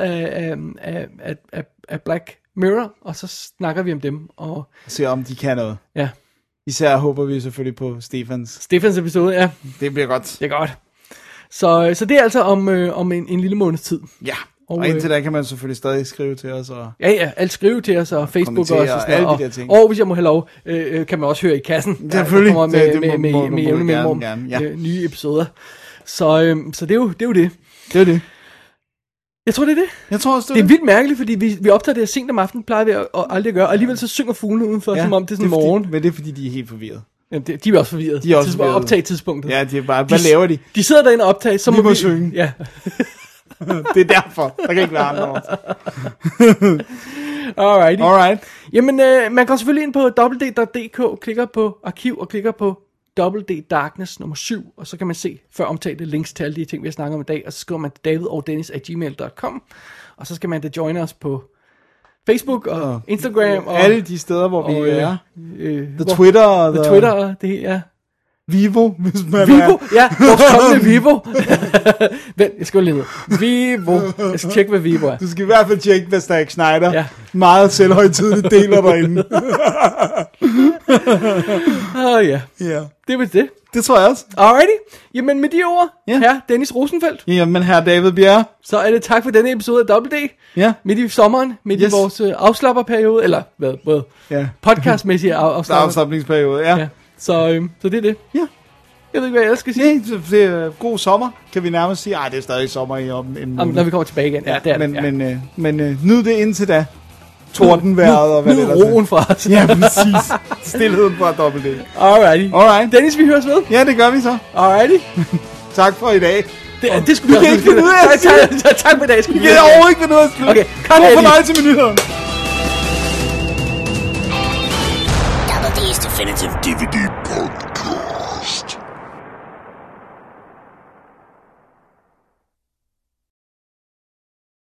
af Black Mirror, og så snakker vi om dem. Og se om de kan noget. Ja. Især håber vi selvfølgelig på Stefans episode, ja. Det bliver godt. Det er godt. Så det er altså om en lille måneds tid. Ja. Og indtil da kan man selvfølgelig stadig skrive til os. Og ja, alt skrive til os, og Facebook også. Og alle de der ting. Og hvis jeg må have lov, kan man også høre i kassen. Selvfølgelig. Der kommer med jævne mellemrum nye episoder. Så det er jo det. Det er det. Jeg tror, det er det. Jeg tror også, det er vildt mærkeligt, fordi vi optager det sent om aftenen, plejer vi at aldrig gøre, og alligevel så synger fuglene udenfor, som om det er sådan morgen. Men det er fordi, de er helt forvirret. Jamen, de er også forvirret. De er også forvirret. Optage tidspunktet. Ja, de er bare, hvad laver de? De sidder derinde og optager, så må vi synge. Ja. Det er derfor. Der kan ikke være andre ord. Alright. Jamen, man går selvfølgelig ind på www.dk, klikker på arkiv og klikker på Double D Darkness nummer 7, og så kan man se før omtalte links til alle de ting, vi har snakket om i dag, og så skriver man davidogdennis@gmail.com, og så skal man da joine os på Facebook og Instagram og alle de steder, hvor vi er. The Twitter og Twitter, det er Vivo, hvis man Vivo, er. ja, vores kommende Vivo. Vent, jeg skal lige ned. Vivo. Jeg skal tjekke, hvad Vivo er. Du skal i hvert fald tjekke, hvad Zack Snyder meget selvhøjtideligt deler derinde. Ja. Det var det. Det tror jeg også. Alrighty. Jamen med de ord, herre Dennis Rosenfeldt. Jamen herre David Bjerre. Så er det tak for denne episode af Double D. Ja. Midt i sommeren, midt i vores afslapperperiode, eller hvad? Podcastmæssige afslapningsperiode, ja. Så det er det. Ja. Jeg ved ikke, hvad jeg ellers skal sige. Det er god sommer, kan vi nærmest sige. Ej, det er stadig sommer i om en måned. Når vi kommer tilbage igen. Ja, det er det. Men nyd det indtil da. Tordenvejret og hvad det er. Nyd roen fra os. Ja, præcis. Stilheden fra Double D. Alright. Dennis, vi høres ved. Ja, det gør vi så. Alrighty. Tak for i dag. Det skulle vi ikke finde ud af. Tak for i dag. Vi kan overhovedet ikke finde ud af at slutte. Okay, god fornøjelse med nyhederne. Double D's Definitive DVD